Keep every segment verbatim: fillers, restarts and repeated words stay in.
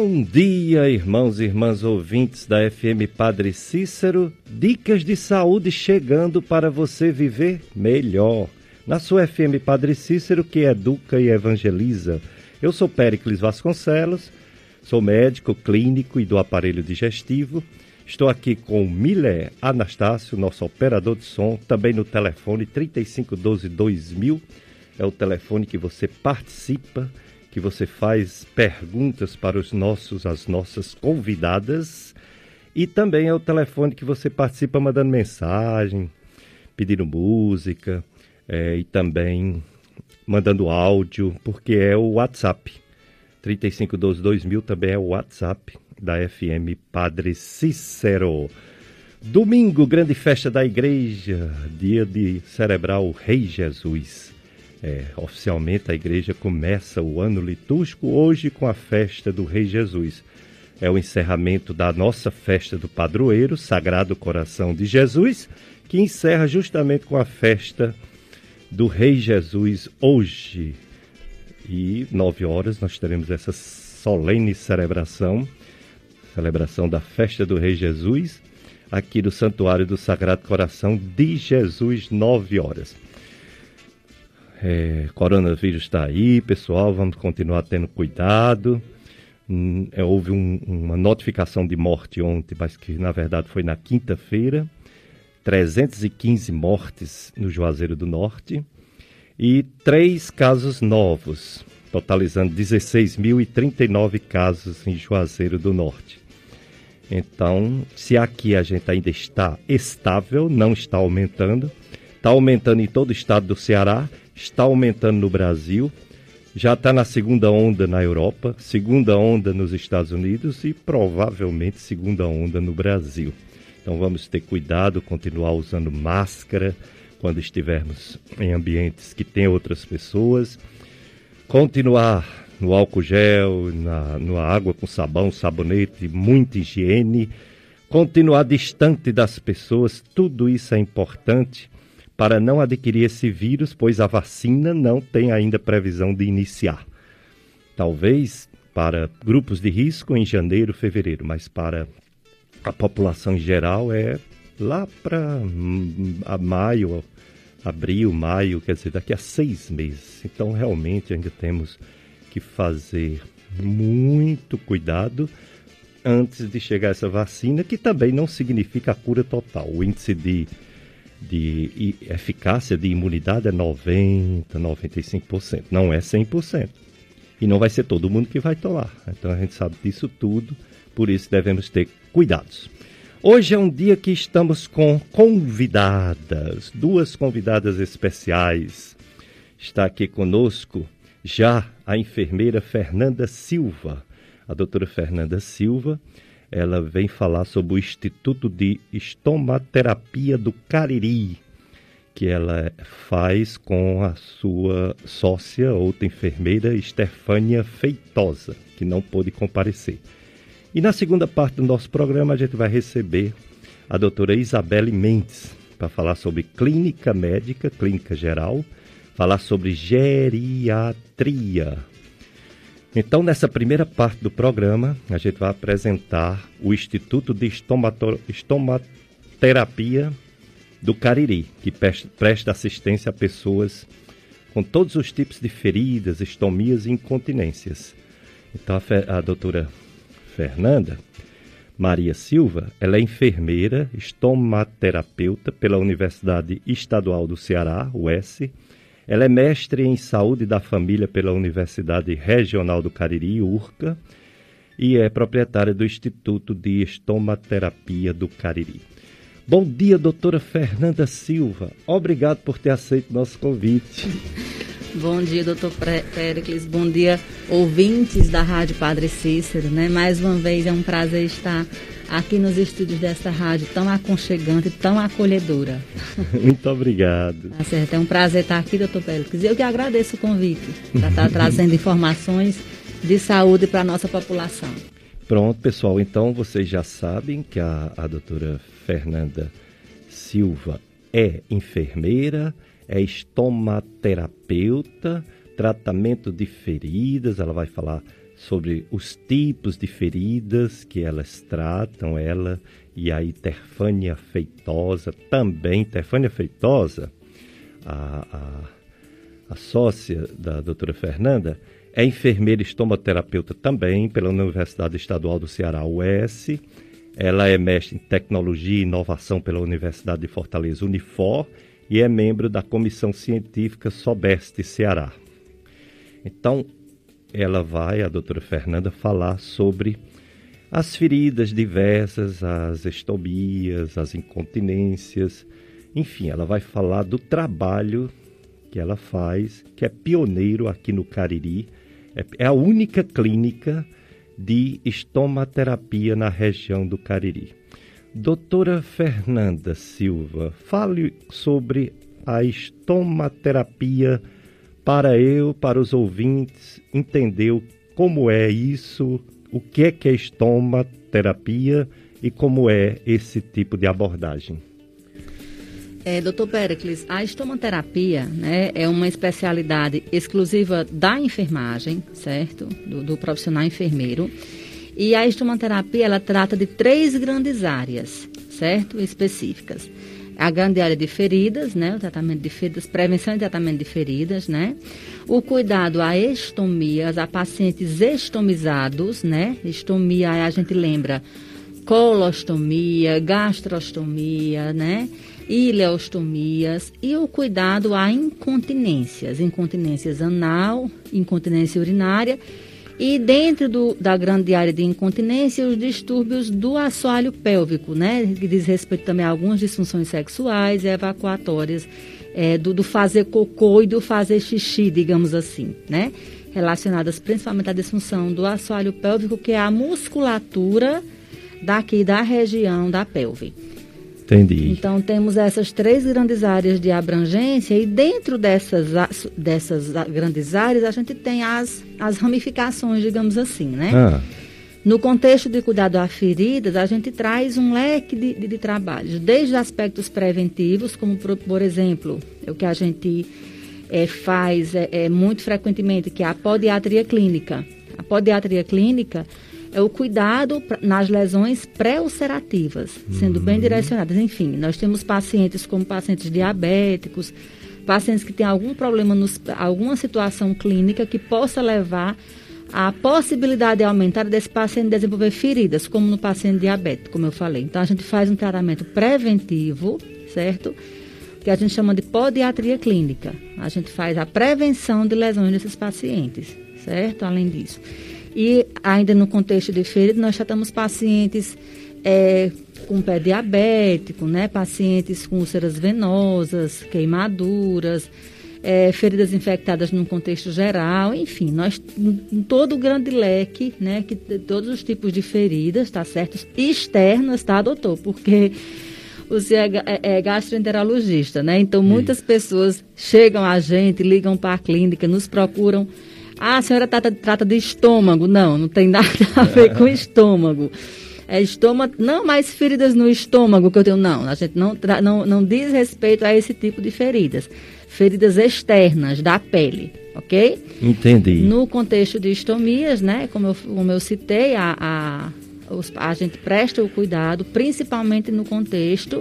Bom dia, irmãos e irmãs ouvintes da F M Padre Cícero. Dicas de saúde chegando para você viver melhor. Na sua F M Padre Cícero, que educa e evangeliza. Eu sou Péricles Vasconcelos, sou médico clínico e do aparelho digestivo. Estou aqui com o Miller Anastácio, nosso operador de som, também no telefone trinta e cinco doze dois mil. É o telefone que você participa, que você faz perguntas para os nossos, as nossas convidadas. E também é o telefone que você participa mandando mensagem, pedindo música é, e também mandando áudio, porque é o WhatsApp. trinta e cinco doze dois mil também é o WhatsApp da F M Padre Cícero. Domingo, grande festa da igreja, dia de celebrar o Rei Jesus. É, oficialmente a igreja começa o ano litúrgico hoje com a festa do Rei Jesus. É o encerramento da nossa festa do padroeiro, Sagrado Coração de Jesus, que encerra justamente com a festa do Rei Jesus hoje. E nove horas nós teremos essa solene celebração, celebração da festa do Rei Jesus, aqui do Santuário do Sagrado Coração de Jesus, nove horas. É, coronavírus está aí, pessoal, vamos continuar tendo cuidado. Hum, é, houve um, uma notificação de morte ontem, mas que na verdade foi na quinta-feira. trezentas e quinze mortes no Juazeiro do Norte e três casos novos, totalizando dezesseis mil e trinta e nove casos em Juazeiro do Norte. Então, se aqui a gente ainda está estável, não está aumentando, está aumentando em todo o estado do Ceará, está aumentando no Brasil, já está na segunda onda na Europa, segunda onda nos Estados Unidos e provavelmente segunda onda no Brasil. Então vamos ter cuidado, continuar usando máscara quando estivermos em ambientes que tem outras pessoas, continuar no álcool gel, na, na água com sabão, sabonete, muita higiene, continuar distante das pessoas, tudo isso é importante para não adquirir esse vírus, pois a vacina não tem ainda previsão de iniciar. Talvez para grupos de risco em janeiro, fevereiro, mas para a população em geral é lá para maio, abril, maio, quer dizer, daqui a seis meses. Então, realmente, ainda temos que fazer muito cuidado antes de chegar essa vacina, que também não significa a cura total. O índice de de eficácia de imunidade é noventa por cento, noventa e cinco por cento, não é cem por cento. E não vai ser todo mundo que vai tomar. Então a gente sabe disso tudo, por isso devemos ter cuidados. Hoje é um dia que estamos com convidadas, duas convidadas especiais. Está aqui conosco já a enfermeira Fernanda Silva. A doutora Fernanda Silva, ela vem falar sobre o Instituto de Estomaterapia do Cariri, que ela faz com a sua sócia, outra enfermeira, Estefânia Feitosa, que não pôde comparecer. E na segunda parte do nosso programa a gente vai receber a doutora Isabelle Mendes, para falar sobre clínica médica, clínica geral, falar sobre geriatria. Então, nessa primeira parte do programa, a gente vai apresentar o Instituto de Estomato... Estomaterapia do Cariri, que presta assistência a pessoas com todos os tipos de feridas, estomias e incontinências. Então, a, fe... a doutora Fernanda Maria Silva, ela é enfermeira estomaterapeuta pela Universidade Estadual do Ceará, U E S. Ela é mestre em Saúde da Família pela Universidade Regional do Cariri, U R C A, e é proprietária do Instituto de Estomaterapia do Cariri. Bom dia, doutora Fernanda Silva. Obrigado por ter aceito nosso convite. Bom dia, doutor Péricles. Bom dia, ouvintes da Rádio Padre Cícero, né? Mais uma vez é um prazer estar aqui nos estúdios dessa rádio tão aconchegante, tão acolhedora. Muito obrigado. Tá certo, é um prazer estar aqui, doutor Péricles. Eu que agradeço o convite para estar trazendo informações de saúde para a nossa população. Pronto, pessoal. Então, vocês já sabem que a, a doutora Fernanda Silva é enfermeira, é estomaterapeuta, tratamento de feridas. Ela vai falar sobre os tipos de feridas que elas tratam, ela e a Terfânia Feitosa, também. Terfânia Feitosa, a, a, a sócia da doutora Fernanda, é enfermeira estomaterapeuta também pela Universidade Estadual do Ceará, U E S. Ela é mestre em Tecnologia e Inovação pela Universidade de Fortaleza, Unifor, e é membro da Comissão Científica Sobeste Ceará. Então, ela vai, a doutora Fernanda, falar sobre as feridas diversas, as estomias, as incontinências, enfim, ela vai falar do trabalho que ela faz, que é pioneiro aqui no Cariri. É a única clínica de estomaterapia na região do Cariri. Doutora Fernanda Silva, fale sobre a estomaterapia para eu, para os ouvintes, entender como é isso, o que é que é estomaterapia e como é esse tipo de abordagem. É, doutor Péricles, a estomaterapia, né, é uma especialidade exclusiva da enfermagem, certo? Do, do profissional enfermeiro. E a estomaterapia, ela trata de três grandes áreas, certo? Específicas. A grande área de feridas, né? O tratamento de feridas, prevenção e tratamento de feridas, né? O cuidado a estomias, a pacientes estomizados, né? Estomia, aí a gente lembra colostomia, gastrostomia, né? Ileostomias, e o cuidado a incontinências, incontinências anal, incontinência urinária, e dentro do, da grande área de incontinência, os distúrbios do assoalho pélvico, né, que diz respeito também a algumas disfunções sexuais e evacuatórias, é, do, do fazer cocô e do fazer xixi, digamos assim, né, relacionadas principalmente à disfunção do assoalho pélvico, que é a musculatura daqui da região da pelve. Entendi. Então, temos essas três grandes áreas de abrangência, e dentro dessas, dessas grandes áreas a gente tem as, as ramificações, digamos assim, né? Ah. No contexto de cuidado a feridas, a gente traz um leque de, de, de trabalhos, desde aspectos preventivos, como, por, por exemplo, o que a gente é, faz é, é, muito frequentemente, que é a podiatria clínica. A podiatria clínica é o cuidado nas lesões pré-ulcerativas, sendo bem direcionadas. Enfim, nós temos pacientes como pacientes diabéticos, pacientes que têm algum problema, nos, alguma situação clínica que possa levar à possibilidade aumentada desse paciente desenvolver feridas, como no paciente diabético, como eu falei. Então, a gente faz um tratamento preventivo, certo? Que a gente chama de podiatria clínica. A gente faz a prevenção de lesões desses pacientes, certo? Além disso. E ainda no contexto de ferida, nós tratamos pacientes é, com pé diabético, né? Pacientes com úlceras venosas, queimaduras, é, feridas infectadas num contexto geral, enfim, nós, em todo o grande leque, né? Que, todos os tipos de feridas, tá certo? Externas, tá, doutor? Porque o senhor é, é gastroenterologista, né? Então, muitas Isso. pessoas chegam a gente, ligam para a clínica, nos procuram. Ah, a senhora trata, trata de estômago. Não, não tem nada a ver com estômago. É estômago, não mais feridas no estômago que eu tenho. Não, a gente não, não, não diz respeito a esse tipo de feridas. Feridas externas da pele, ok? Entendi. No contexto de estomias, né, como eu, como eu citei, a, a, os, a gente presta o cuidado, principalmente no contexto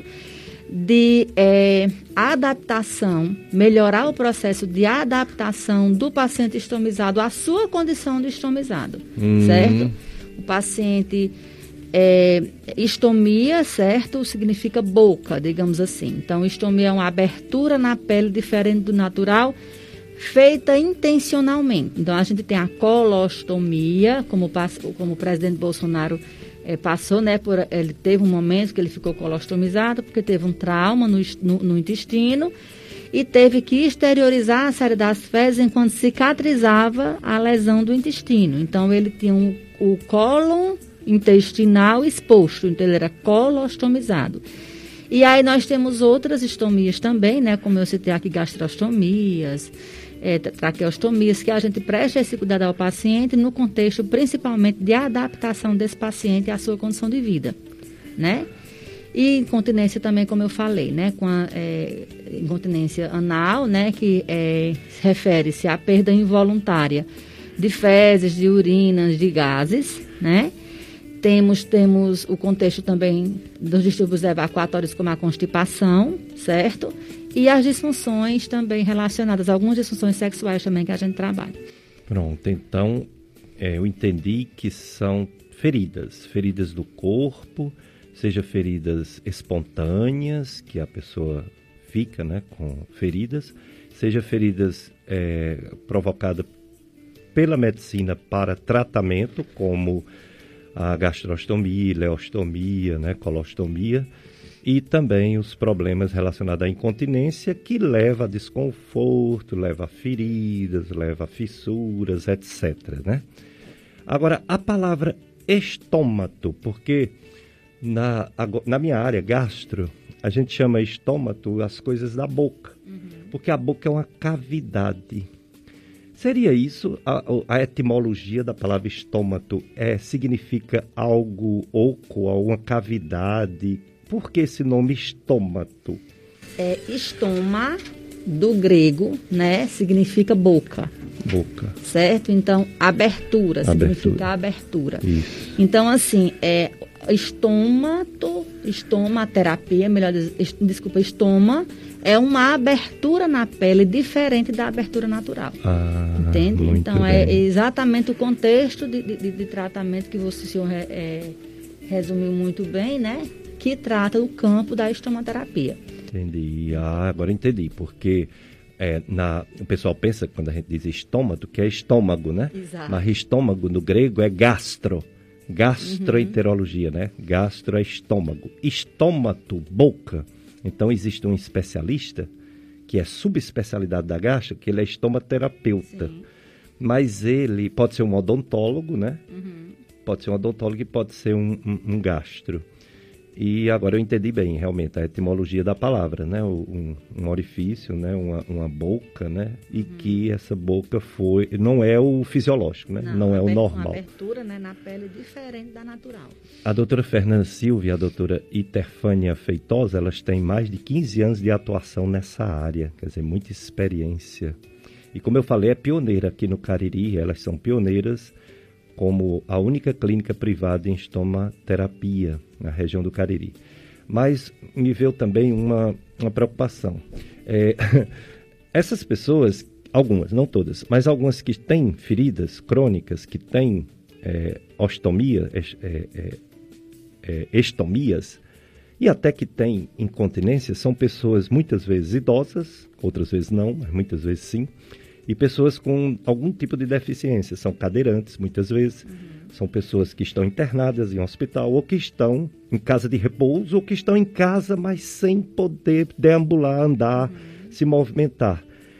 de é, adaptação, melhorar o processo de adaptação do paciente estomizado à sua condição de estomizado, hum. certo? O paciente, é, estomia, certo? Significa boca, digamos assim. Então, estomia é uma abertura na pele diferente do natural, feita intencionalmente. Então, a gente tem a colostomia, como, como o presidente Bolsonaro É, passou, né, por, ele teve um momento que ele ficou colostomizado, porque teve um trauma no, no, no intestino e teve que exteriorizar a série das fezes enquanto cicatrizava a lesão do intestino. Então, ele tinha um, o cólon intestinal exposto, então ele era colostomizado. E aí nós temos outras estomias também, né, como eu citei aqui, gastrostomias, É, traqueostomias, que a gente presta esse cuidado ao paciente no contexto principalmente de adaptação desse paciente à sua condição de vida, né? E incontinência também, como eu falei, né? Com a é, incontinência anal, né? Que é, refere-se à perda involuntária de fezes, de urinas, de gases, né? Temos, temos o contexto também dos distúrbios evacuatórios, como a constipação, certo? E as disfunções também relacionadas, algumas disfunções sexuais também que a gente trabalha. Pronto, então é, eu entendi que são feridas, feridas do corpo, seja feridas espontâneas, que a pessoa fica, né, com feridas, seja feridas é, provocadas pela medicina para tratamento, como a gastrostomia, ileostomia, né, colostomia, e também os problemas relacionados à incontinência, que leva a desconforto, leva a feridas, leva a fissuras, etcétera, né? Agora, a palavra estômago, porque na, na minha área gastro, a gente chama estômago as coisas da boca, uhum. porque a boca é uma cavidade. Seria isso, a, a etimologia da palavra estômago é, significa algo oco, alguma cavidade? Por que esse nome estômago? É, estoma, do grego, né, significa boca. Boca. Certo? Então, abertura, abertura. significa abertura. Isso. Então, assim, é estômago, estomaterapia, melhor dizer, desculpa, estoma, é uma abertura na pele diferente da abertura natural. Ah, entende? muito Então, bem. é exatamente o contexto de, de, de tratamento que você, senhor, é, resumiu muito bem, né? Que trata o campo da estomaterapia. Entendi. Ah, agora entendi. Porque é, na, o pessoal pensa, quando a gente diz estômago, que é estômago, né? Exato. Mas estômago no grego é gastro. Gastroenterologia, uhum. né? Gastro é estômago. Estômago, boca. Então, existe um especialista, que é subespecialidade da gastro, que ele é estomaterapeuta. Sim. Mas ele pode ser um odontólogo, né? Uhum. Pode ser um odontólogo e pode ser um, um, um gastro. E agora eu entendi bem, realmente, a etimologia da palavra, né? Um, um orifício, né? Uma, uma boca, né? E uhum. que essa boca foi... Não é o fisiológico, né? Não, não é o normal. Uma abertura, né, na pele diferente da natural. A doutora Fernanda Silva e a doutora Iterfânia Feitosa, elas têm mais de quinze anos de atuação nessa área. Quer dizer, muita experiência. E como eu falei, é pioneira aqui no Cariri. Elas são pioneiras como a única clínica privada em estomaterapia na região do Cariri. Mas me veio também uma, uma preocupação. É, essas pessoas, algumas, não todas, mas algumas que têm feridas crônicas, que têm é, ostomia, é, é, é, estomias, e até que têm incontinência, são pessoas muitas vezes idosas, outras vezes não, mas muitas vezes sim, e pessoas com algum tipo de deficiência, são cadeirantes muitas vezes, uhum. são pessoas que estão internadas em hospital ou que estão em casa de repouso ou que estão em casa, mas sem poder deambular, andar, uhum. se movimentar.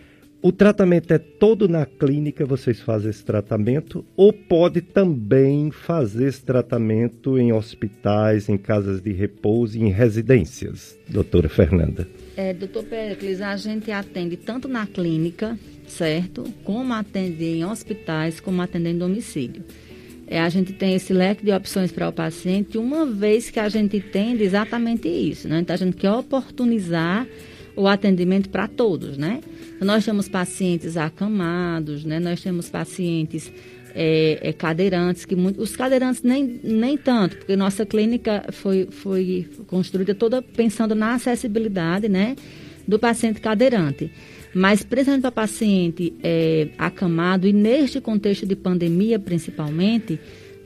O tratamento é todo na clínica, vocês fazem esse tratamento, ou pode também fazer esse tratamento em hospitais, em casas de repouso e em residências, doutora Fernanda? É, doutor Péricles, a gente atende tanto na clínica, certo? Como atende em hospitais, como atende em domicílio. É, a gente tem esse leque de opções para o paciente, uma vez que a gente entende exatamente isso, né? Então, a gente quer oportunizar o atendimento para todos, né? Então, nós temos pacientes acamados, né? Nós temos pacientes é, é, cadeirantes, que muito, os cadeirantes nem, nem tanto, porque nossa clínica foi, foi construída toda pensando na acessibilidade, né, do paciente cadeirante. Mas, principalmente para paciente é, acamado, e neste contexto de pandemia, principalmente,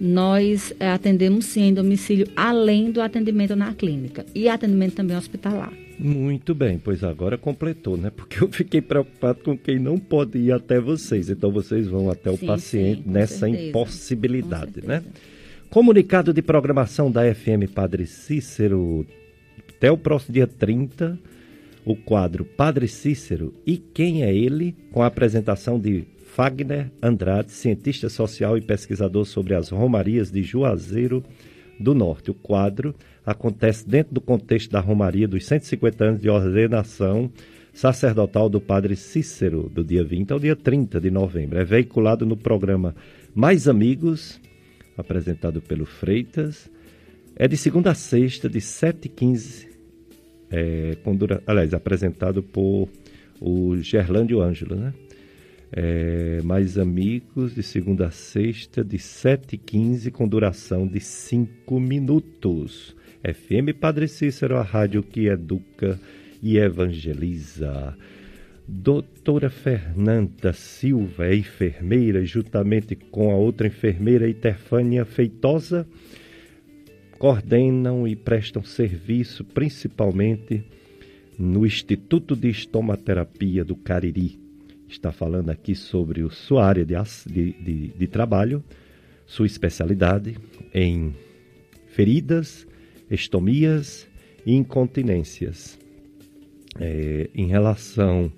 nós é, atendemos sim em domicílio, além do atendimento na clínica. E atendimento também hospitalar. Muito bem, pois agora completou, né? Porque eu fiquei preocupado com quem não pode ir até vocês. Então, vocês vão até o sim, paciente sim, nessa certeza. impossibilidade, né? Comunicado de programação da F M Padre Cícero, até o próximo dia trinta, o quadro Padre Cícero e Quem é Ele, com a apresentação de Fagner Andrade, cientista social e pesquisador sobre as romarias de Juazeiro do Norte. O quadro acontece dentro do contexto da romaria dos cento e cinquenta anos de ordenação sacerdotal do Padre Cícero, do dia vinte ao dia trinta de novembro. É veiculado no programa Mais Amigos, apresentado pelo Freitas. É de segunda a sexta, de sete e quinze, é, com dura... aliás, apresentado por o Gerlândio Ângelo, né? É, mais amigos, de segunda a sexta, de sete e quinze, com duração de cinco minutos. F M Padre Cícero, a rádio que educa e evangeliza. Doutora Fernanda Silva é enfermeira, juntamente com a outra enfermeira, Iterfânia Feitosa, coordenam e prestam serviço principalmente no Instituto de Estomaterapia do Cariri. Está falando aqui sobre a sua área de, de, de, de trabalho, sua especialidade em feridas, estomias e incontinências. É, em relação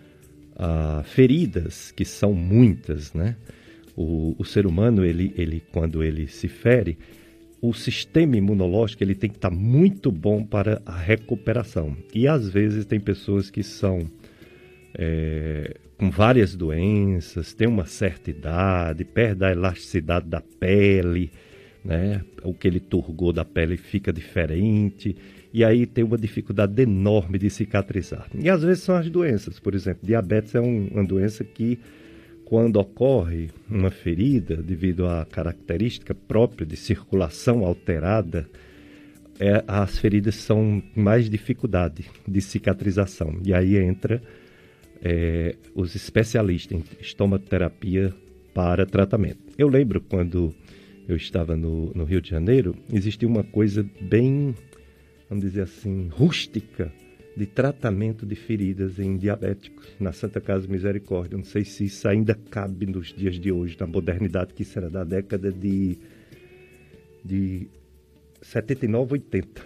a feridas, que são muitas, né? O, o ser humano, ele, ele, quando ele se fere, o sistema imunológico ele tem que estar muito bom para a recuperação. E às vezes tem pessoas que são é, com várias doenças, têm uma certa idade, perde a elasticidade da pele, né? O que ele turgou da pele fica diferente, e aí tem uma dificuldade enorme de cicatrizar. E às vezes são as doenças, por exemplo, diabetes é um, uma doença que, quando ocorre uma ferida, devido à característica própria de circulação alterada, é, as feridas são mais dificuldade de cicatrização. E aí entra é, os especialistas em estomaterapia para tratamento. Eu lembro quando eu estava no, no Rio de Janeiro, existia uma coisa bem, vamos dizer assim, rústica, de tratamento de feridas em diabéticos, na Santa Casa Misericórdia. Não sei se isso ainda cabe nos dias de hoje, na modernidade, que será da década de, de setenta e nove, oitenta.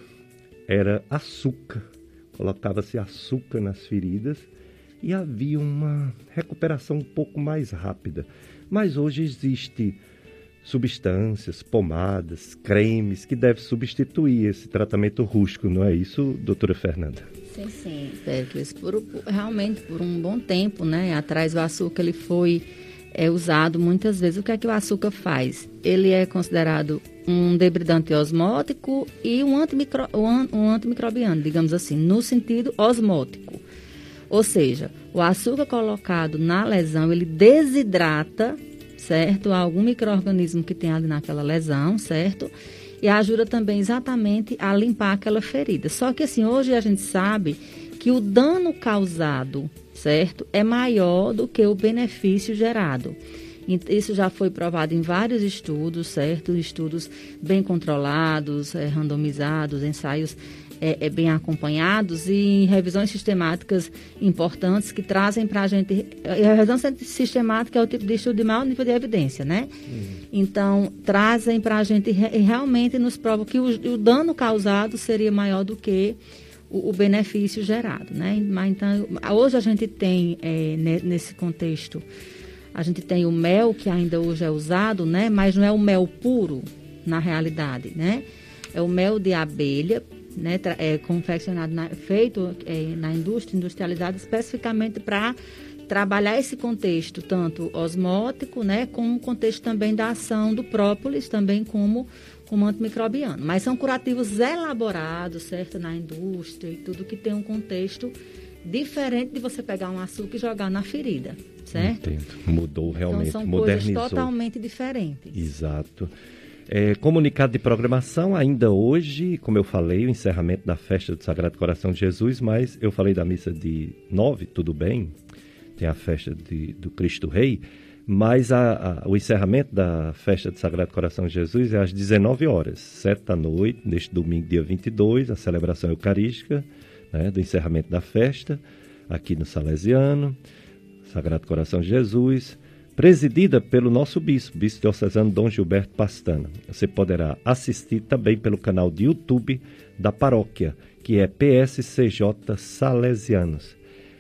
Era açúcar, colocava-se açúcar nas feridas e havia uma recuperação um pouco mais rápida. Mas hoje existe substâncias, pomadas, cremes, que devem substituir esse tratamento rústico, não é isso, doutora Fernanda? Sim, sim, Péricles. Por, realmente, por um bom tempo, né, atrás o açúcar ele foi é, usado muitas vezes. O que é que o açúcar faz? Ele é considerado um debridante osmótico e um, antimicro, um, um antimicrobiano, digamos assim, no sentido osmótico. Ou seja, o açúcar colocado na lesão, ele desidrata, certo? Algum micro-organismo que tem ali naquela lesão, certo? E ajuda também exatamente a limpar aquela ferida. Só que assim, hoje a gente sabe que o dano causado, certo? É maior do que o benefício gerado. Isso já foi provado em vários estudos, certo? Estudos bem controlados, é, randomizados, ensaios é, é, bem acompanhados e em revisões sistemáticas importantes que trazem para a gente... A revisão sistemática é o tipo de estudo de maior nível de evidência, né? Uhum. Então, trazem para a gente e realmente nos provam que o, o dano causado seria maior do que o, o benefício gerado, né? Mas, então, hoje a gente tem, é, nesse contexto, a gente tem o mel, que ainda hoje é usado, né? Mas não é o mel puro, na realidade, né? É o mel de abelha, né? É confeccionado, na, feito é, na indústria, industrializado especificamente para trabalhar esse contexto, tanto osmótico, né? Como o contexto também da ação do própolis, também como, como antimicrobiano. Mas são curativos elaborados, certo? Na indústria e tudo que tem um contexto diferente de você pegar um açúcar e jogar na ferida, certo? Entendo. Mudou realmente, então, são modernizou. Coisas totalmente diferentes. Exato. É, comunicado de programação, ainda hoje, como eu falei, o encerramento da festa do Sagrado Coração de Jesus, mas eu falei da missa de nove, tudo bem, tem a festa de, do Cristo Rei, mas a, a, o encerramento da festa do Sagrado Coração de Jesus é às dezenove horas, sete da noite, neste domingo, dia vinte e dois, a celebração eucarística, né, do encerramento da festa, aqui no Salesiano, Sagrado Coração de Jesus, presidida pelo nosso bispo, bispo diocesano Dom Gilberto Pastana. Você poderá assistir também pelo canal de YouTube da paróquia, que é P S C J Salesianos.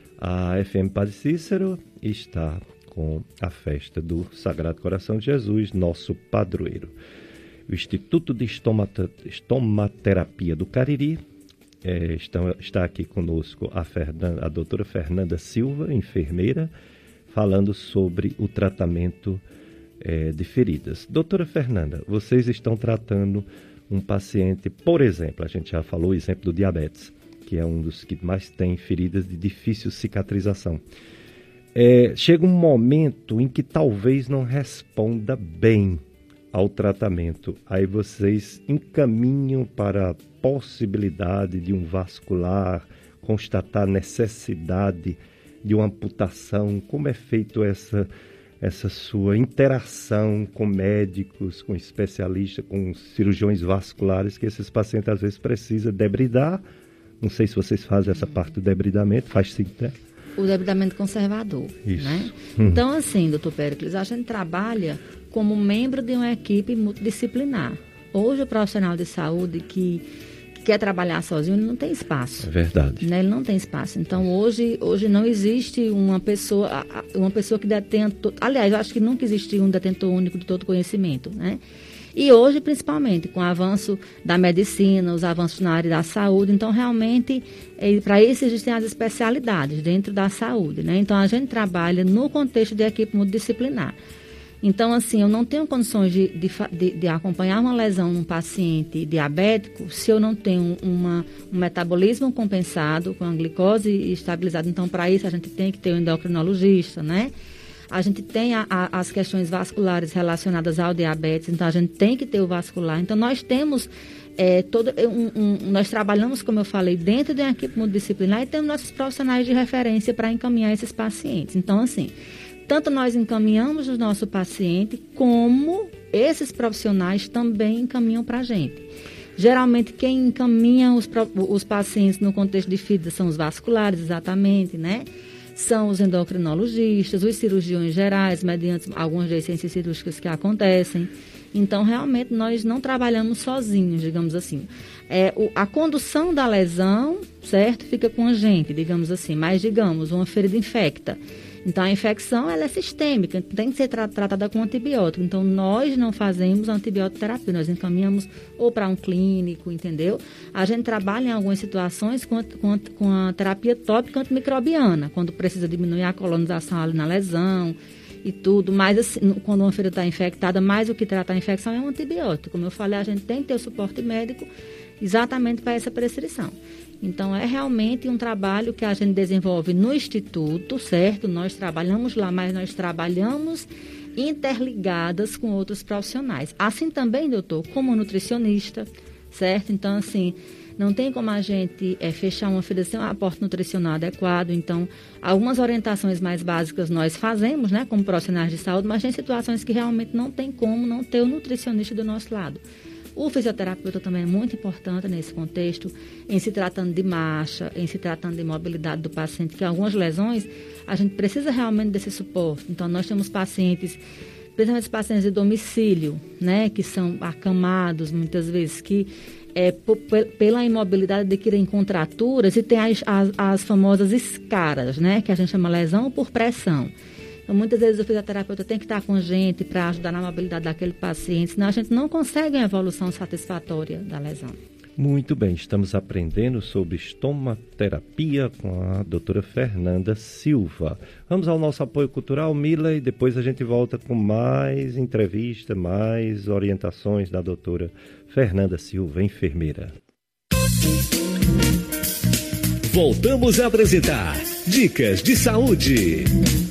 A F M Padre Cícero está com a festa do Sagrado Coração de Jesus, nosso padroeiro. O Instituto de Estomaterapia do Cariri é, está, está aqui conosco a, Fernanda, a doutora Fernanda Silva, enfermeira, falando sobre o tratamento é, de feridas. Doutora Fernanda, vocês estão tratando um paciente, por exemplo, a gente já falou o exemplo do diabetes, que é um dos que mais tem feridas de difícil cicatrização. é, chega um momento em que talvez não responda bem ao tratamento. Aí vocês encaminham para a possibilidade de um vascular, constatar necessidade de uma amputação. Como é feito essa, essa sua interação com médicos, com especialistas, com cirurgiões vasculares, que esses pacientes às vezes precisam debridar? Não sei se vocês fazem essa parte do debridamento, faz sim, né? O debridamento conservador, Isso. né? Hum. Então, assim, doutor Péricles, a gente trabalha como membro de uma equipe multidisciplinar. Hoje, o profissional de saúde que, que quer trabalhar sozinho, ele não tem espaço. É verdade. Né? Ele não tem espaço. Então, hoje, hoje não existe uma pessoa, uma pessoa que detenha... To... Aliás, eu acho que nunca existiu um detentor único de todo conhecimento, né? E hoje, principalmente, com o avanço da medicina, os avanços na área da saúde, então, realmente, é, para isso existem as especialidades dentro da saúde, né? Então, a gente trabalha no contexto de equipe multidisciplinar. Então, assim, eu não tenho condições de, de, de, de acompanhar uma lesão num paciente diabético se eu não tenho uma, um metabolismo compensado, com a glicose estabilizada. Então, para isso, a gente tem que ter um endocrinologista, né? A gente tem a, a, as questões vasculares relacionadas ao diabetes, então a gente tem que ter o vascular. Então, nós temos, é, todo, um, um, nós trabalhamos, como eu falei, dentro de uma equipe multidisciplinar e temos nossos profissionais de referência para encaminhar esses pacientes. Então, assim, tanto nós encaminhamos o nosso paciente, como esses profissionais também encaminham para a gente. Geralmente, quem encaminha os, os pacientes no contexto de F I D A são os vasculares, exatamente, né? São os endocrinologistas, os cirurgiões gerais, mediante algumas licenças cirúrgicas que acontecem. Então, realmente, nós não trabalhamos sozinhos, digamos assim. É, o, a condução da lesão, certo, fica com a gente, digamos assim. Mas, digamos, uma ferida infecta. Então, a infecção, ela é sistêmica, tem que ser tra- tratada com antibiótico. Então, nós não fazemos antibiótico-terapia, nós encaminhamos ou para um clínico, entendeu? A gente trabalha em algumas situações com a, com a, com a terapia tópica antimicrobiana, quando precisa diminuir a colonização ali na lesão e tudo. Mas, assim, quando uma ferida está infectada, mais o que trata a infecção é um antibiótico. Como eu falei, a gente tem que ter o suporte médico exatamente para essa prescrição. Então, é realmente um trabalho que a gente desenvolve no Instituto, certo? Nós trabalhamos lá, mas nós trabalhamos interligadas com outros profissionais. Assim também, doutor, como nutricionista, certo? Então, assim, não tem como a gente é, fechar uma ferida sem um aporte nutricional adequado. Então, algumas orientações mais básicas nós fazemos, né, como profissionais de saúde, mas tem situações que realmente não tem como não ter o nutricionista do nosso lado. O fisioterapeuta também é muito importante nesse contexto, em se tratando de marcha, em se tratando de mobilidade do paciente, que algumas lesões a gente precisa realmente desse suporte. Então, nós temos pacientes, principalmente pacientes de domicílio, né, que são acamados muitas vezes, que é, p- pela imobilidade adquirem contraturas e tem as, as, as famosas escaras, né, que a gente chama lesão por pressão. Então, muitas vezes o fisioterapeuta tem que estar com a gente para ajudar na mobilidade daquele paciente, senão a gente não consegue uma evolução satisfatória da lesão. Muito bem, estamos aprendendo sobre estomaterapia com a doutora Fernanda Silva. Vamos ao nosso apoio cultural, Mila, e depois a gente volta com mais entrevista, mais orientações da doutora Fernanda Silva, enfermeira. Voltamos a apresentar Dicas de Saúde.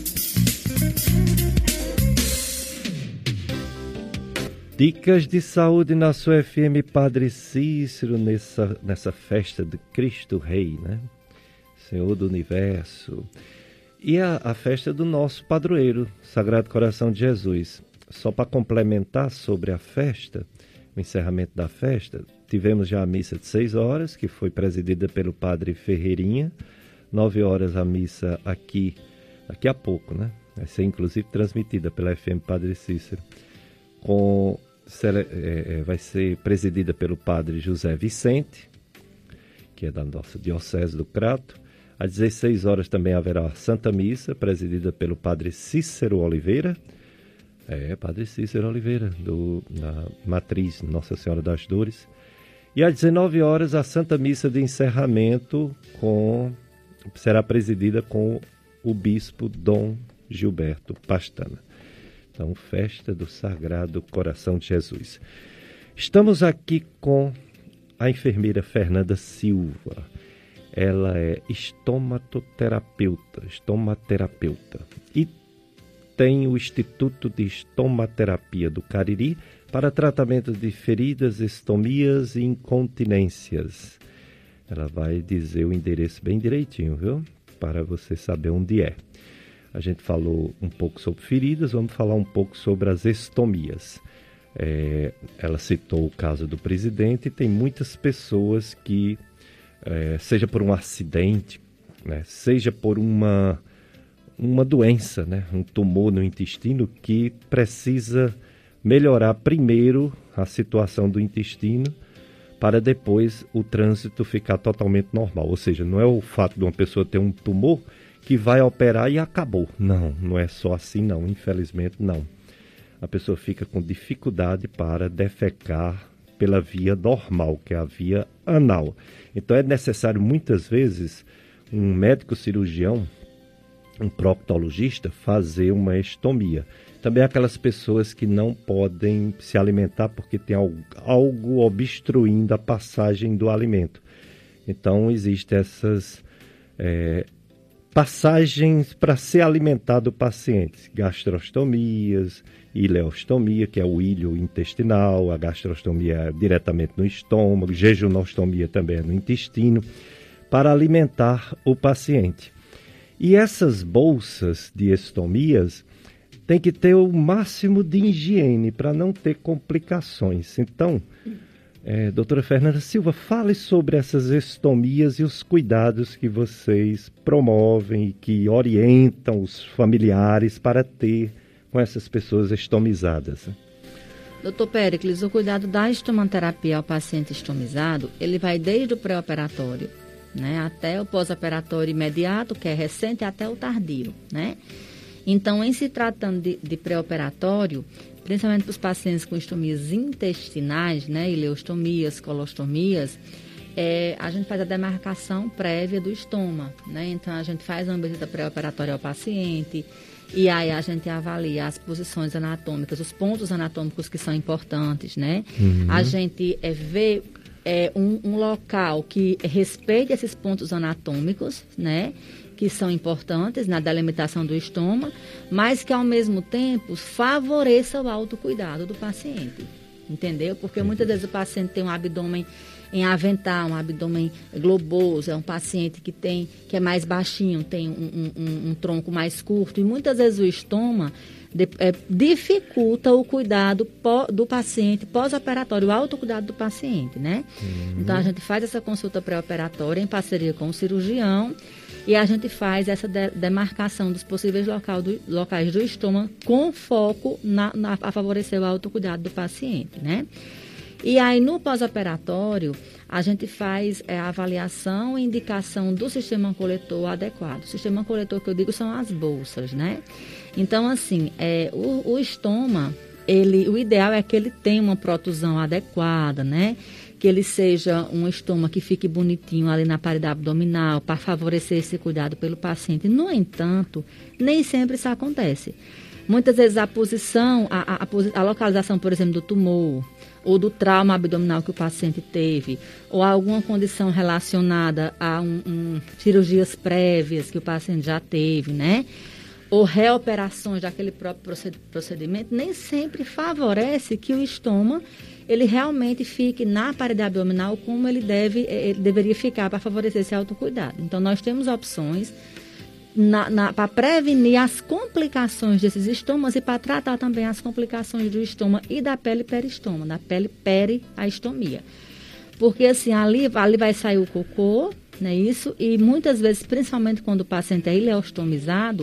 Dicas de saúde na sua F M Padre Cícero, nessa, nessa festa de Cristo Rei, né? Senhor do Universo. E a, a festa do nosso padroeiro, Sagrado Coração de Jesus. Só para complementar sobre a festa, o encerramento da festa, tivemos já a missa de seis horas, que foi presidida pelo Padre Ferreirinha. Nove horas a missa aqui, daqui a pouco, né? Vai ser inclusive transmitida pela F M Padre Cícero. Com... vai ser presidida pelo padre José Vicente, que é da nossa Diocese do Crato. Às dezesseis horas também haverá a Santa Missa, presidida pelo padre Cícero Oliveira. É, padre Cícero Oliveira, do, na Matriz Nossa Senhora das Dores. E às dezenove horas a Santa Missa de encerramento com, será presidida com o bispo Dom Gilberto Pastana. Então, festa do Sagrado Coração de Jesus. Estamos aqui com a enfermeira Fernanda Silva. ela é estomatoterapeuta, estomaterapeuta. E tem o Instituto de Estomaterapia do Cariri para tratamento de feridas, estomias e incontinências. Ela vai dizer o endereço bem direitinho, viu? Para você saber onde é. A gente falou um pouco sobre feridas, vamos falar um pouco sobre as estomias. É, ela citou o caso do presidente e tem muitas pessoas que, é, seja por um acidente, né, seja por uma, uma doença, né, um tumor no intestino, que precisa melhorar primeiro a situação do intestino para depois o trânsito ficar totalmente normal. Ou seja, não é o fato de uma pessoa ter um tumor que vai operar e acabou. Não, não é só assim não, infelizmente não. A pessoa fica com dificuldade para defecar pela via normal, que é a via anal. Então é necessário muitas vezes um médico cirurgião, um proctologista, fazer uma estomia. Também aquelas pessoas que não podem se alimentar porque tem algo, algo obstruindo a passagem do alimento. Então existem essas é, passagens para ser alimentado o paciente, gastrostomias, ileostomia, que é o ilho intestinal, a gastrostomia é diretamente no estômago, jejunostomia também é no intestino, para alimentar o paciente. E essas bolsas de estomias tem que ter o máximo de higiene para não ter complicações. Então, é, doutora Fernanda Silva, fale sobre essas estomias e os cuidados que vocês promovem e que orientam os familiares para ter com essas pessoas estomizadas. Doutor Péricles, o cuidado da estomaterapia ao paciente estomizado, ele vai desde o pré-operatório, né, até o pós-operatório imediato, que é recente, até o tardio, né? Então, em se tratando de, de pré-operatório, principalmente para os pacientes com estomias intestinais, né, ileostomias, colostomias, é, a gente faz a demarcação prévia do estômago, né? Então, a gente faz uma visita pré-operatória ao paciente e aí a gente avalia as posições anatômicas, os pontos anatômicos que são importantes, né? Uhum. A gente é, vê é, um, um local que respeite esses pontos anatômicos, né, que são importantes na delimitação do estômago, mas que ao mesmo tempo favoreça o autocuidado do paciente, entendeu? Porque muitas vezes o paciente tem um abdômen em avental, um abdômen globoso, é um paciente que, tem, que é mais baixinho, tem um, um, um tronco mais curto, e muitas vezes o estômago de, é, dificulta o cuidado pó, do paciente pós-operatório, o autocuidado do paciente, né? Uhum. Então a gente faz essa consulta pré-operatória em parceria com o cirurgião e a gente faz essa de, demarcação dos possíveis local do, locais do estômago com foco na, na, a favorecer o autocuidado do paciente, né? E aí, no pós-operatório, a gente faz é, a avaliação e indicação do sistema coletor adequado. O sistema coletor que eu digo são as bolsas, né? Então, assim, é, o, o estômago, ele, o ideal é que ele tenha uma protusão adequada, né? Que ele seja um estômago que fique bonitinho ali na parede abdominal, para favorecer esse cuidado pelo paciente. No entanto, nem sempre isso acontece. Muitas vezes a posição, a, a, a localização, por exemplo, do tumor, ou do trauma abdominal que o paciente teve, ou alguma condição relacionada a um, um, cirurgias prévias que o paciente já teve, né? Ou reoperações daquele próprio procedimento, nem sempre favorece que o estômago ele realmente fique na parede abdominal como ele, deve, ele deveria ficar para favorecer esse autocuidado. Então, nós temos opções para prevenir as complicações desses estômagos e para tratar também as complicações do estômago e da pele peristoma, da pele periastomia. Porque assim, ali, ali vai sair o cocô, né, isso, e muitas vezes, principalmente quando o paciente é ileostomizado,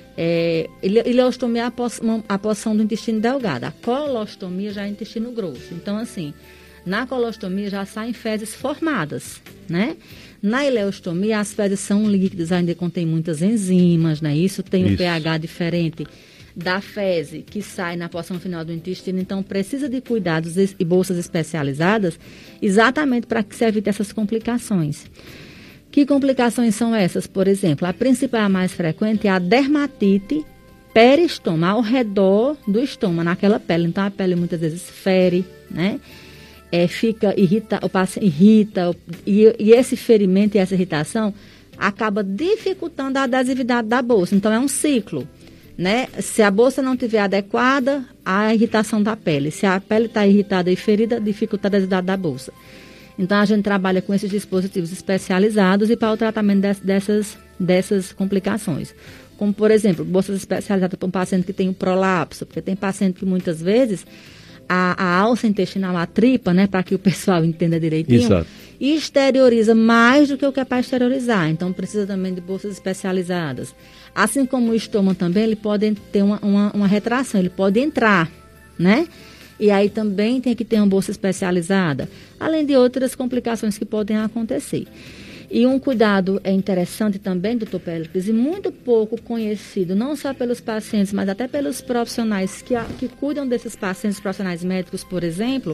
é, ileostomia é a, pos, a porção do intestino delgado, a colostomia já é intestino grosso. Então, assim, na colostomia já saem fezes formadas, né? Na ileostomia, as fezes são líquidas, ainda contém muitas enzimas, né? Isso tem um Isso. pH diferente da fezes que sai na porção final do intestino. Então, precisa de cuidados e bolsas especializadas exatamente para que se evite essas complicações. Que complicações são essas? Por exemplo, a principal, a mais frequente, é a dermatite peristoma, ao redor do estômago, naquela pele. Então, a pele muitas vezes fere, né? é, fica irrita, o paciente irrita, e, e esse ferimento e essa irritação acaba dificultando a adesividade da bolsa. Então, é um ciclo, né? Se a bolsa não estiver adequada, a irritação da pele. Se a pele está irritada e ferida, dificulta a adesividade da bolsa. Então, a gente trabalha com esses dispositivos especializados e para o tratamento de, dessas, dessas complicações. Como, por exemplo, bolsas especializadas para um paciente que tem um prolapso, porque tem paciente que muitas vezes a, a alça intestinal, a tripa, né, para que o pessoal entenda direitinho, Exato. exterioriza mais do que o que é para exteriorizar. Então, precisa também de bolsas especializadas. Assim como o estômago também, ele pode ter uma, uma, uma retração, ele pode entrar, né? E aí também tem que ter uma bolsa especializada, além de outras complicações que podem acontecer. E um cuidado é interessante também, doutor Péricles, e muito pouco conhecido, não só pelos pacientes, mas até pelos profissionais que, a, que cuidam desses pacientes, profissionais médicos, por exemplo,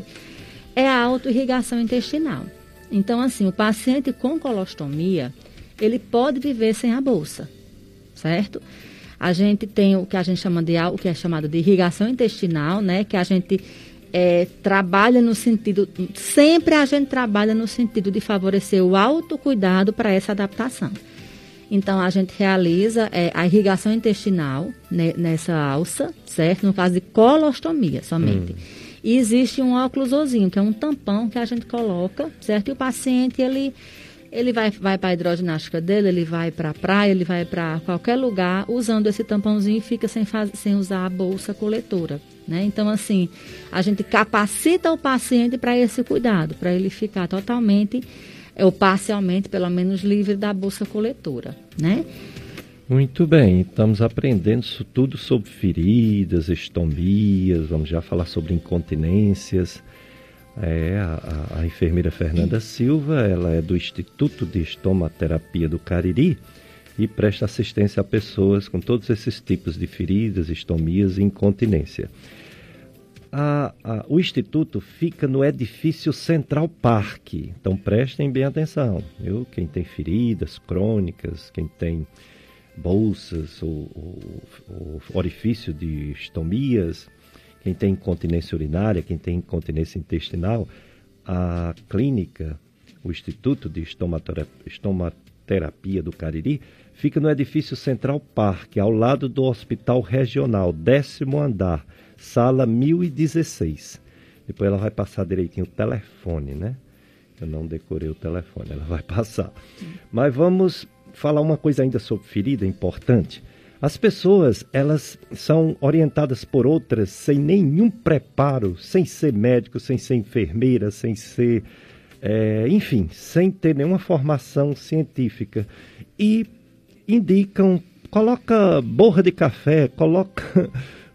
é a autoirrigação intestinal. Então, assim, o paciente com colostomia, ele pode viver sem a bolsa, certo? A gente tem o que a gente chama de, o que é chamado de irrigação intestinal, né? Que a gente é, trabalha no sentido, sempre a gente trabalha no sentido de favorecer o autocuidado para essa adaptação. Então, a gente realiza é, a irrigação intestinal né, nessa alça, certo? No caso de colostomia somente. Hum. E existe um oclusozinho, que é um tampão que a gente coloca, certo? E o paciente, ele... Ele vai, vai para a hidroginástica dele, ele vai para a praia, ele vai para qualquer lugar usando esse tampãozinho e fica sem, faz, sem usar a bolsa coletora, né? Então, assim, a gente capacita o paciente para esse cuidado, para ele ficar totalmente, ou parcialmente, pelo menos, livre da bolsa coletora, né? Muito bem, estamos aprendendo isso tudo sobre feridas, estomias, vamos já falar sobre incontinências. É, a, a enfermeira Fernanda Silva, ela é do Instituto de Estomaterapia do Cariri e presta assistência a pessoas com todos esses tipos de feridas, estomias e incontinência. A, a, o Instituto fica no edifício Central Park, então prestem bem atenção, viu? Quem tem feridas crônicas, quem tem bolsas ou, ou, ou orifício de estomias, quem tem incontinência urinária, quem tem incontinência intestinal, a clínica, o Instituto de Estomaterapia do Cariri, fica no edifício Central Park, ao lado do Hospital Regional, décimo andar, sala mil e dezesseis. Depois ela vai passar direitinho o telefone, né? Eu não decorei o telefone, ela vai passar. Mas vamos falar uma coisa ainda sobre ferida importante. As pessoas, elas são orientadas por outras sem nenhum preparo, sem ser médico, sem ser enfermeira, sem ser, é, enfim, sem ter nenhuma formação científica. E indicam, coloca borra de café, coloca,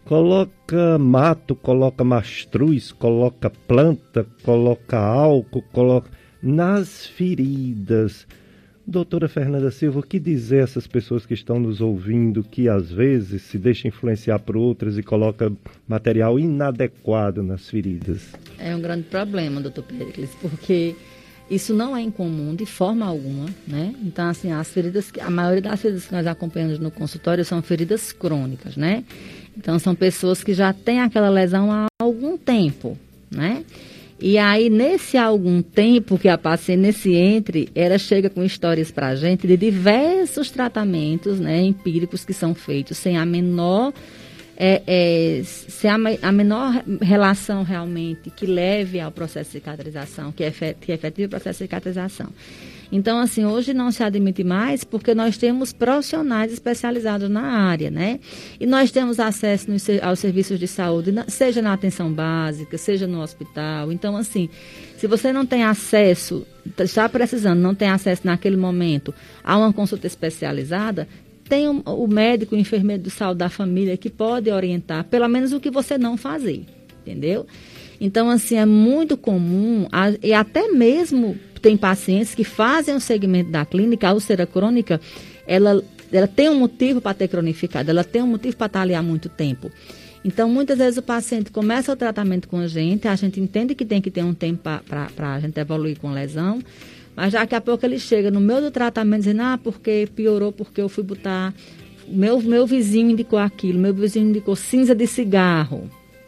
coloca mato, coloca mastruz, coloca planta, coloca álcool, coloca nas feridas. Doutora Fernanda Silva, o que dizer a essas pessoas que estão nos ouvindo, que às vezes se deixam influenciar por outras e coloca material inadequado nas feridas? É um grande problema, doutor Péricles, porque isso não é incomum de forma alguma, né? Então, assim, as feridas, a maioria das feridas que nós acompanhamos no consultório são feridas crônicas, né? Então, são pessoas que já têm aquela lesão há algum tempo, né? E aí, nesse algum tempo que a paciente, nesse entre, ela chega com histórias para a gente de diversos tratamentos, né, empíricos que são feitos sem a menor, é, é, sem a, a menor relação realmente que leve ao processo de cicatrização, que, efet, que efetive o processo de cicatrização. Então, assim, hoje não se admite mais porque nós temos profissionais especializados na área, né? E nós temos acesso nos, aos serviços de saúde, seja na atenção básica, seja no hospital. Então, assim, se você não tem acesso, está precisando, não tem acesso naquele momento a uma consulta especializada, tem o, o médico, o enfermeiro de saúde da família que pode orientar, pelo menos o que você não fazer, entendeu? Então, assim, é muito comum, a, e até mesmo tem pacientes que fazem o segmento da clínica, a úlcera crônica, ela, ela tem um motivo para ter cronificado, ela tem um motivo para estar ali há muito tempo. Então, muitas vezes o paciente começa o tratamento com a gente, a gente entende que tem que ter um tempo para a gente evoluir com lesão, mas daqui a pouco ele chega no meio do tratamento dizendo, ah, porque piorou, porque eu fui botar, meu, meu vizinho indicou aquilo, meu vizinho indicou cinza de cigarro,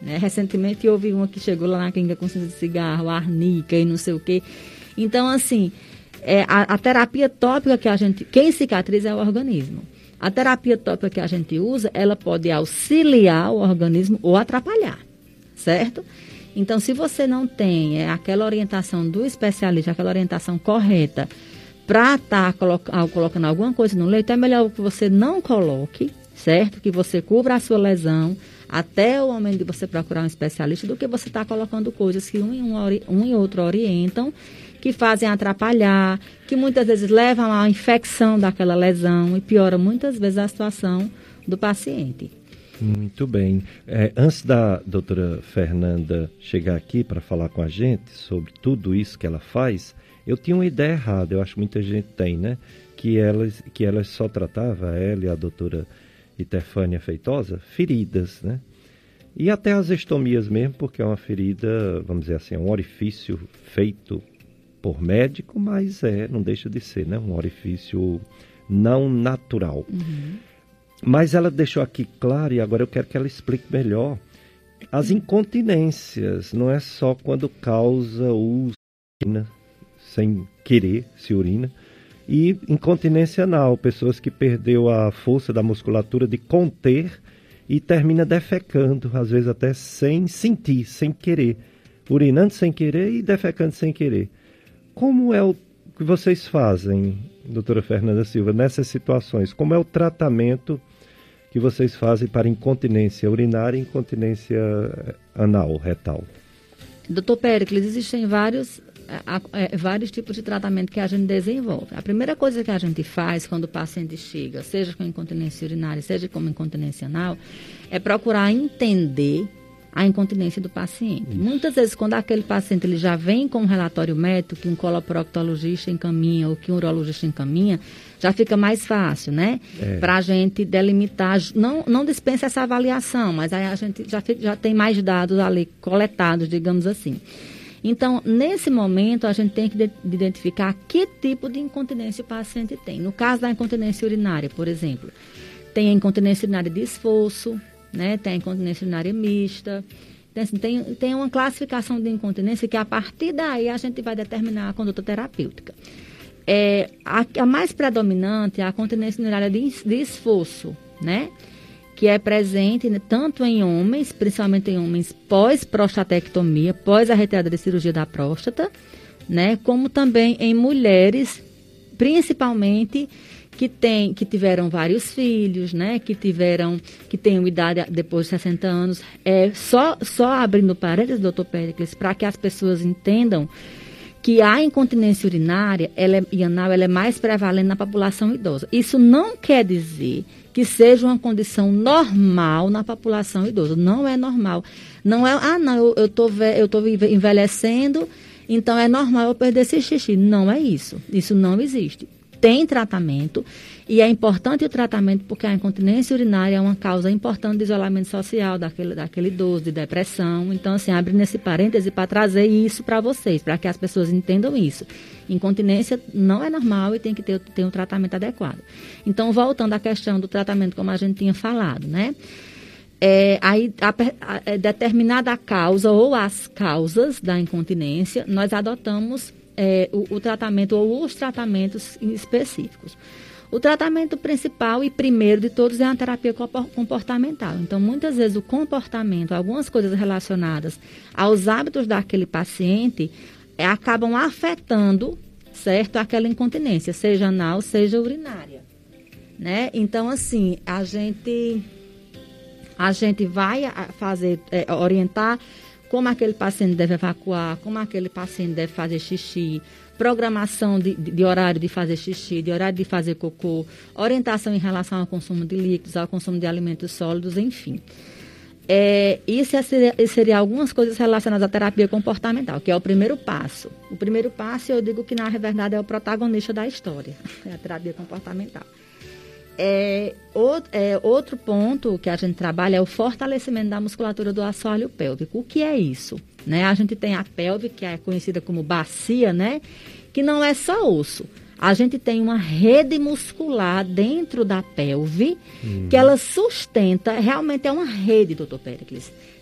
Né? Recentemente houve uma que chegou lá na clínica com cigarro, de cigarro, arnica e não sei o quê. Então, assim, é, a, a terapia tópica que a gente... Quem cicatriza é o organismo. A terapia tópica que a gente usa, ela pode auxiliar o organismo ou atrapalhar, certo? Então, se você não tem é, aquela orientação do especialista, aquela orientação correta para estar tá coloca, colocando alguma coisa no leito, é melhor que você não coloque, certo? Que você cubra a sua lesão até o momento de você procurar um especialista, do que você estar tá colocando coisas que um e, um, um e outro orientam, que fazem atrapalhar, que muitas vezes levam à infecção daquela lesão e piora muitas vezes a situação do paciente. Muito bem. É, antes da doutora Fernanda chegar aqui para falar com a gente sobre tudo isso que ela faz, eu tinha uma ideia errada, eu acho que muita gente tem, né? Que elas, que elas só tratava, ela e a doutora Itefânia Feitosa, feridas, né? E até as estomias mesmo, porque é uma ferida, vamos dizer assim, um orifício feito por médico, mas é, não deixa de ser, né? Um orifício não natural. Uhum. Mas ela deixou aqui claro, e agora eu quero que ela explique melhor, as incontinências, não é só quando causa uso sem querer, se urina, e incontinência anal, pessoas que perdeu a força da musculatura de conter e termina defecando, às vezes até sem sentir, sem querer, urinando sem querer e defecando sem querer. Como é o que vocês fazem, doutora Fernanda Silva, nessas situações? Como é o tratamento que vocês fazem para incontinência urinária e incontinência anal, retal? Doutor Péricles, existem vários, é, vários tipos de tratamento que a gente desenvolve. A primeira coisa que a gente faz quando o paciente chega, seja com incontinência urinária, seja com incontinência anal, é procurar entender a incontinência do paciente. Isso. Muitas vezes, quando aquele paciente ele já vem com um relatório médico, que um coloproctologista encaminha ou que um urologista encaminha, já fica mais fácil, né? É. Para a gente delimitar, não, não dispensa essa avaliação, mas aí a gente já, já tem mais dados ali coletados, digamos assim. Então, nesse momento, a gente tem que de, identificar que tipo de incontinência o paciente tem. No caso da incontinência urinária, por exemplo, tem a incontinência urinária de esforço, né? Tem a incontinência urinária mista, tem, assim, tem, tem uma classificação de incontinência que a partir daí a gente vai determinar a conduta terapêutica. É, a, a mais predominante é a continência urinária de, de esforço, né? Que é presente, né, tanto em homens, principalmente em homens pós-prostatectomia, pós a retirada de cirurgia da próstata, né? Como também em mulheres, principalmente que, tem, que tiveram vários filhos, né? Que tiveram, que tenham idade depois de sessenta anos. É, só, só abrindo parênteses, doutor Péricles, para que as pessoas entendam que a incontinência urinária ela é, e anal ela é mais prevalente na população idosa. Isso não quer dizer que seja uma condição normal na população idosa. Não é normal. Não é, ah, não, eu, eu tô, eu tô envelhecendo, então é normal eu perder esse xixi. Não é isso. Isso não existe. Tem tratamento, e é importante o tratamento porque a incontinência urinária é uma causa importante de isolamento social daquele, daquele idoso, de depressão. Então, assim, abrindo esse parêntese para trazer isso para vocês, para que as pessoas entendam isso. Incontinência não é normal e tem que ter, ter um tratamento adequado. Então, voltando à questão do tratamento, como a gente tinha falado, né? É, aí, a, a, a, determinada a causa ou as causas da incontinência, nós adotamos É, o, o tratamento ou os tratamentos específicos. O tratamento principal e primeiro de todos é a terapia comportamental. Então, muitas vezes o comportamento, algumas coisas relacionadas aos hábitos daquele paciente é, acabam afetando, certo, aquela incontinência, seja anal, seja urinária, né? Então, assim, a gente, a gente vai fazer, é, orientar como aquele paciente deve evacuar, como aquele paciente deve fazer xixi, programação de, de, de horário de fazer xixi, de horário de fazer cocô, orientação em relação ao consumo de líquidos, ao consumo de alimentos sólidos, enfim. É, isso seria, seria algumas coisas relacionadas à terapia comportamental, que é o primeiro passo. O primeiro passo, eu digo que, na verdade, é o protagonista da história, é a terapia comportamental. É, outro, é, outro ponto que a gente trabalha é o fortalecimento da musculatura do assoalho pélvico. O que é isso? Né? A gente tem a pelve, que é conhecida como bacia, né? Que não é só osso. A gente tem uma rede muscular dentro da pelve, hum. que ela sustenta, realmente é uma rede, doutor Péricles,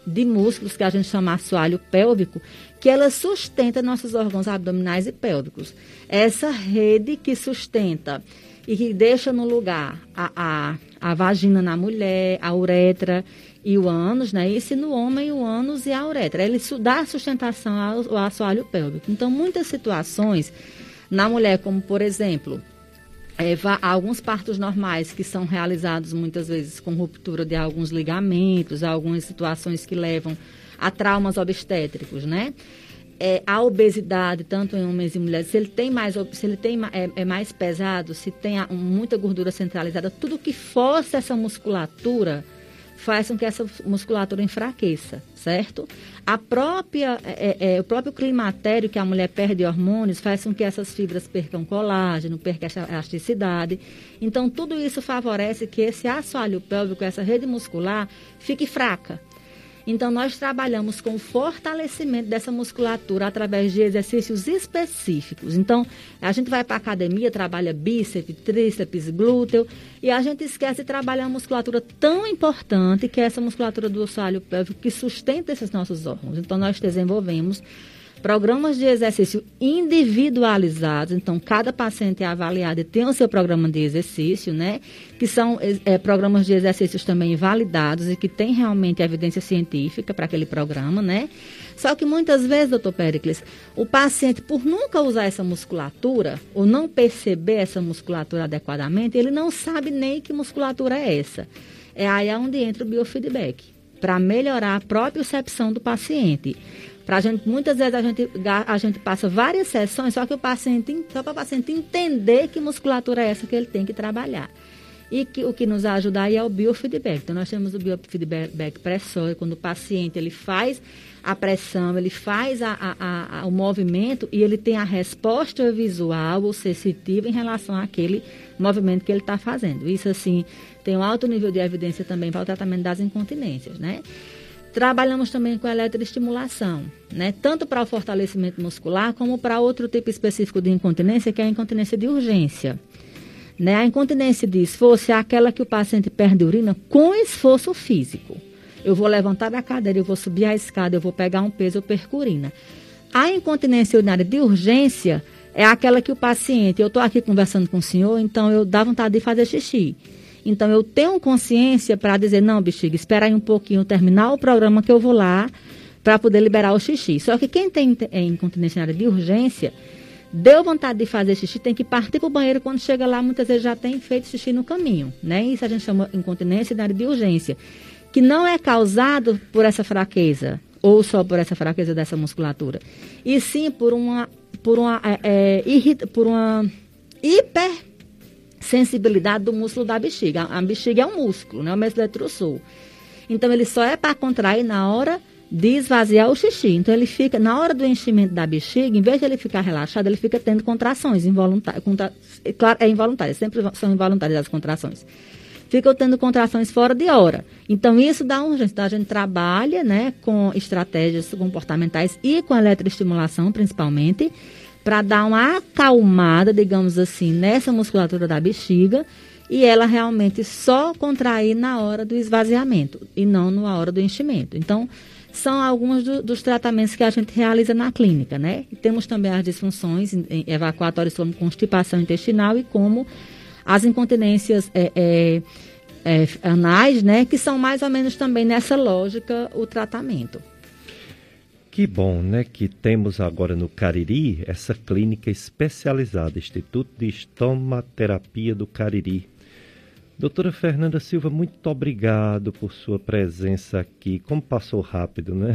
de músculos que a gente chama assoalho pélvico, que ela sustenta nossos órgãos abdominais e pélvicos. Essa rede que sustenta e que deixa no lugar a, a, a vagina na mulher, a uretra e o ânus, né? E se no homem o ânus e a uretra. Ele dá sustentação ao, ao assoalho pélvico. Então, muitas situações na mulher, como por exemplo, é, alguns partos normais que são realizados muitas vezes com ruptura de alguns ligamentos, algumas situações que levam a traumas obstétricos, né? É, a obesidade, tanto em homens e mulheres, se ele tem mais, se ele tem, é, é mais pesado, se tem a, muita gordura centralizada, tudo que força essa musculatura faz com que essa musculatura enfraqueça, certo? A própria, é, é, o próprio climatério, que a mulher perde hormônios, faz com que essas fibras percam colágeno, percam elasticidade. Então, tudo isso favorece que esse assoalho pélvico, essa rede muscular, fique fraca. Então, nós trabalhamos com o fortalecimento dessa musculatura através de exercícios específicos. Então, a gente vai para a academia, trabalha bíceps, tríceps, glúteo, e a gente esquece de trabalhar uma musculatura tão importante, que é essa musculatura do assoalho pélvico, que sustenta esses nossos órgãos. Então, nós desenvolvemos programas de exercício individualizados. Então, cada paciente é avaliado e tem o seu programa de exercício, né? Que são é, programas de exercícios também validados e que tem realmente evidência científica para aquele programa, né? Só que muitas vezes, doutor Péricles, o paciente, por nunca usar essa musculatura, ou não perceber essa musculatura adequadamente, ele não sabe nem que musculatura é essa. É aí onde entra o biofeedback, para melhorar a própria percepção do paciente. Pra gente, muitas vezes a gente, a gente passa várias sessões, só que o paciente, só para o paciente entender que musculatura é essa que ele tem que trabalhar. E que, o que nos ajuda aí é o biofeedback. Então, nós temos o biofeedback pressório, quando o paciente ele faz a pressão, ele faz a, a, a, o movimento e ele tem a resposta visual ou sensitiva em relação àquele movimento que ele está fazendo. Isso, assim, tem um alto nível de evidência também para o tratamento das incontinências, né? Trabalhamos também com eletroestimulação, né? Tanto para o fortalecimento muscular, como para outro tipo específico de incontinência, que é a incontinência de urgência. Né? A incontinência de esforço é aquela que o paciente perde urina com esforço físico. Eu vou levantar da cadeira, eu vou subir a escada, eu vou pegar um peso, eu perco urina. A incontinência urinária de urgência é aquela que o paciente, eu estou aqui conversando com o senhor, então eu dá vontade de fazer xixi. Então, eu tenho consciência para dizer, não, bexiga, espera aí um pouquinho, terminar o programa que eu vou lá para poder liberar o xixi. Só que quem tem incontinência urinária de urgência, deu vontade de fazer xixi, tem que partir para o banheiro, quando chega lá, muitas vezes já tem feito xixi no caminho, né? Isso a gente chama incontinência urinária de urgência, que não é causado por essa fraqueza, ou só por essa fraqueza dessa musculatura, e sim por uma, por uma, é, é, irrita, por uma hiper sensibilidade do músculo da bexiga. A bexiga é um músculo, né? O mesoclero. Então, ele só é para contrair na hora de esvaziar o xixi. Então, ele fica, na hora do enchimento da bexiga, em vez de ele ficar relaxado, ele fica tendo contrações involuntárias. Contra, claro, é involuntária, sempre são involuntárias as contrações. Fica tendo contrações fora de hora. Então, isso dá urgência. Então, a gente trabalha, né, com estratégias comportamentais e com eletroestimulação, principalmente, para dar uma acalmada, digamos assim, nessa musculatura da bexiga e ela realmente só contrair na hora do esvaziamento e não na hora do enchimento. Então, são alguns do, dos tratamentos que a gente realiza na clínica, né? E temos também as disfunções evacuatórias como constipação intestinal e como as incontinências é, é, é, anais, né? Que são mais ou menos também nessa lógica o tratamento. Que bom, né, que temos agora no Cariri essa clínica especializada, Instituto de Estomaterapia do Cariri. Doutora Fernanda Silva, muito obrigado por sua presença aqui. Como passou rápido, né?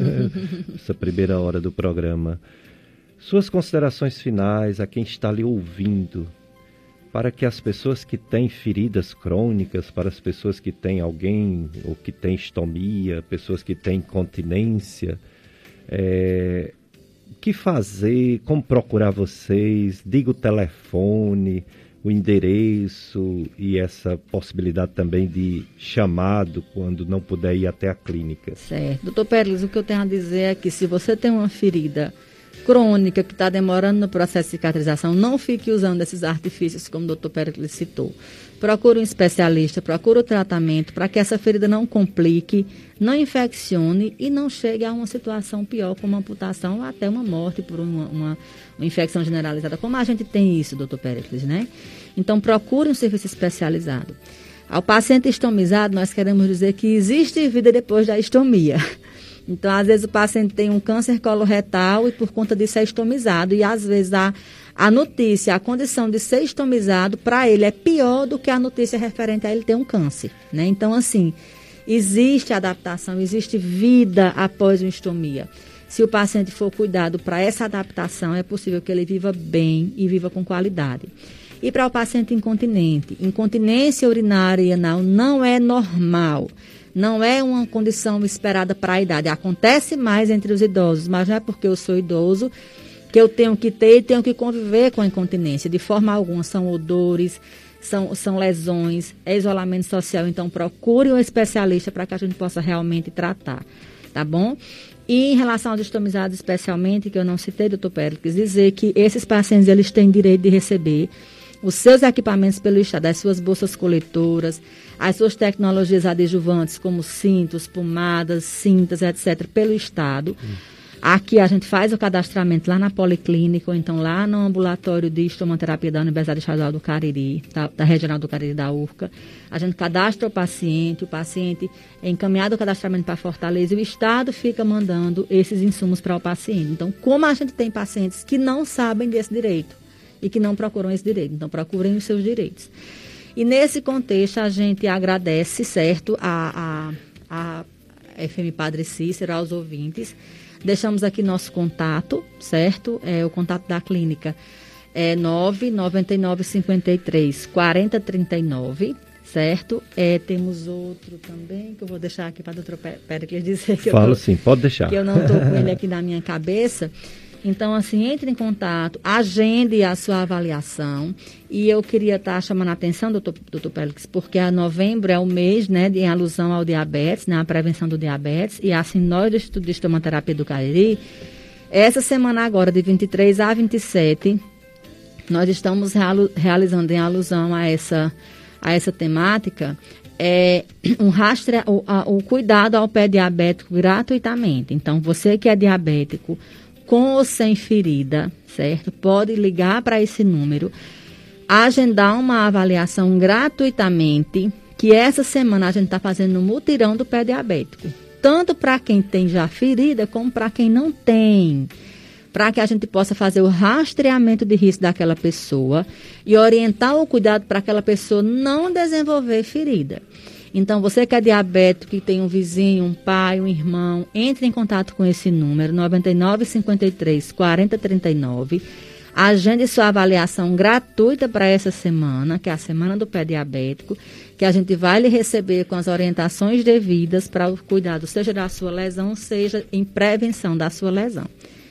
Essa primeira hora do programa. Suas considerações finais a quem está lhe ouvindo, para que as pessoas que têm feridas crônicas, para as pessoas que têm alguém ou que têm estomia, pessoas que têm incontinência, É, o que fazer, como procurar vocês, diga o telefone, o endereço e essa possibilidade também de chamado quando não puder ir até a clínica. Certo. Doutor Péricles, o que eu tenho a dizer é que se você tem uma ferida crônica, que está demorando no processo de cicatrização, não fique usando esses artifícios, como o doutor Péricles citou. Procure um especialista, procure o tratamento para que essa ferida não complique, não infeccione e não chegue a uma situação pior, como uma amputação ou até uma morte por uma, uma, uma infecção generalizada. Como a gente tem isso, doutor Péricles, né? Então, procure um serviço especializado. Ao paciente estomizado, nós queremos dizer que existe vida depois da estomia. Então, às vezes o paciente tem um câncer coloretal e por conta disso é estomizado. E às vezes a, a notícia, a condição de ser estomizado, para ele é pior do que a notícia referente a ele ter um câncer, né? Então, assim, existe adaptação, existe vida após uma estomia. Se o paciente for cuidado para essa adaptação, é possível que ele viva bem e viva com qualidade. E para o paciente incontinente, incontinência urinária e anal não é normal. Não é uma condição esperada para a idade. Acontece mais entre os idosos, mas não é porque eu sou idoso que eu tenho que ter e tenho que conviver com a incontinência. De forma alguma, são odores, são, são lesões, é isolamento social. Então, procure um especialista para que a gente possa realmente tratar, tá bom? E em relação aos estomizados especialmente, que eu não citei, doutor Péricles, dizer que esses pacientes eles têm direito de receber os seus equipamentos pelo Estado, as suas bolsas coletoras, as suas tecnologias adjuvantes, como cintos, pomadas, cintas, etcétera, pelo Estado. Hum. Aqui a gente faz o cadastramento lá na Policlínica, ou então lá no ambulatório de estomoterapia da Universidade Estadual do Cariri, da, da Regional do Cariri da U F C A. A gente cadastra o paciente, o paciente é encaminhado o cadastramento para Fortaleza e o Estado fica mandando esses insumos para o paciente. Então, como a gente tem pacientes que não sabem desse direito, e que não procuram esse direito. Então, procurem os seus direitos. E nesse contexto, a gente agradece, certo, a, a, a F M Padre Cícero, aos ouvintes. Deixamos aqui nosso contato, certo? É, o contato da clínica é nove nove nove cinco três quatro zero três nove, certo? É, temos outro também, que eu vou deixar aqui para a doutora Péricles dizer que Fala eu, tô, sim, pode deixar. que eu não estou com ele aqui na minha cabeça. Então, assim, entre em contato, agende a sua avaliação. E eu queria estar chamando a atenção, doutor, doutor Péricles, porque a novembro é o mês, né, de, em alusão ao diabetes, né, a prevenção do diabetes. E assim, nós do Instituto de Estomoterapia do Cariri, essa semana agora, de vinte e três a vinte e sete, nós estamos real, realizando em alusão a essa, a essa temática, é, um rastre, o, a, o cuidado ao pé diabético gratuitamente. Então, você que é diabético, com ou sem ferida, certo? Pode ligar para esse número, agendar uma avaliação gratuitamente, que essa semana a gente está fazendo um mutirão do pé diabético. Tanto para quem tem já ferida, como para quem não tem. Para que a gente possa fazer o rastreamento de risco daquela pessoa e orientar o cuidado para aquela pessoa não desenvolver ferida. Então, você que é diabético, que tem um vizinho, um pai, um irmão, entre em contato com esse número, nove nove cinco três quatro zero três nove. Agende sua avaliação gratuita para essa semana, que é a Semana do Pé Diabético, que a gente vai lhe receber com as orientações devidas para o cuidado, seja da sua lesão, seja em prevenção da sua lesão.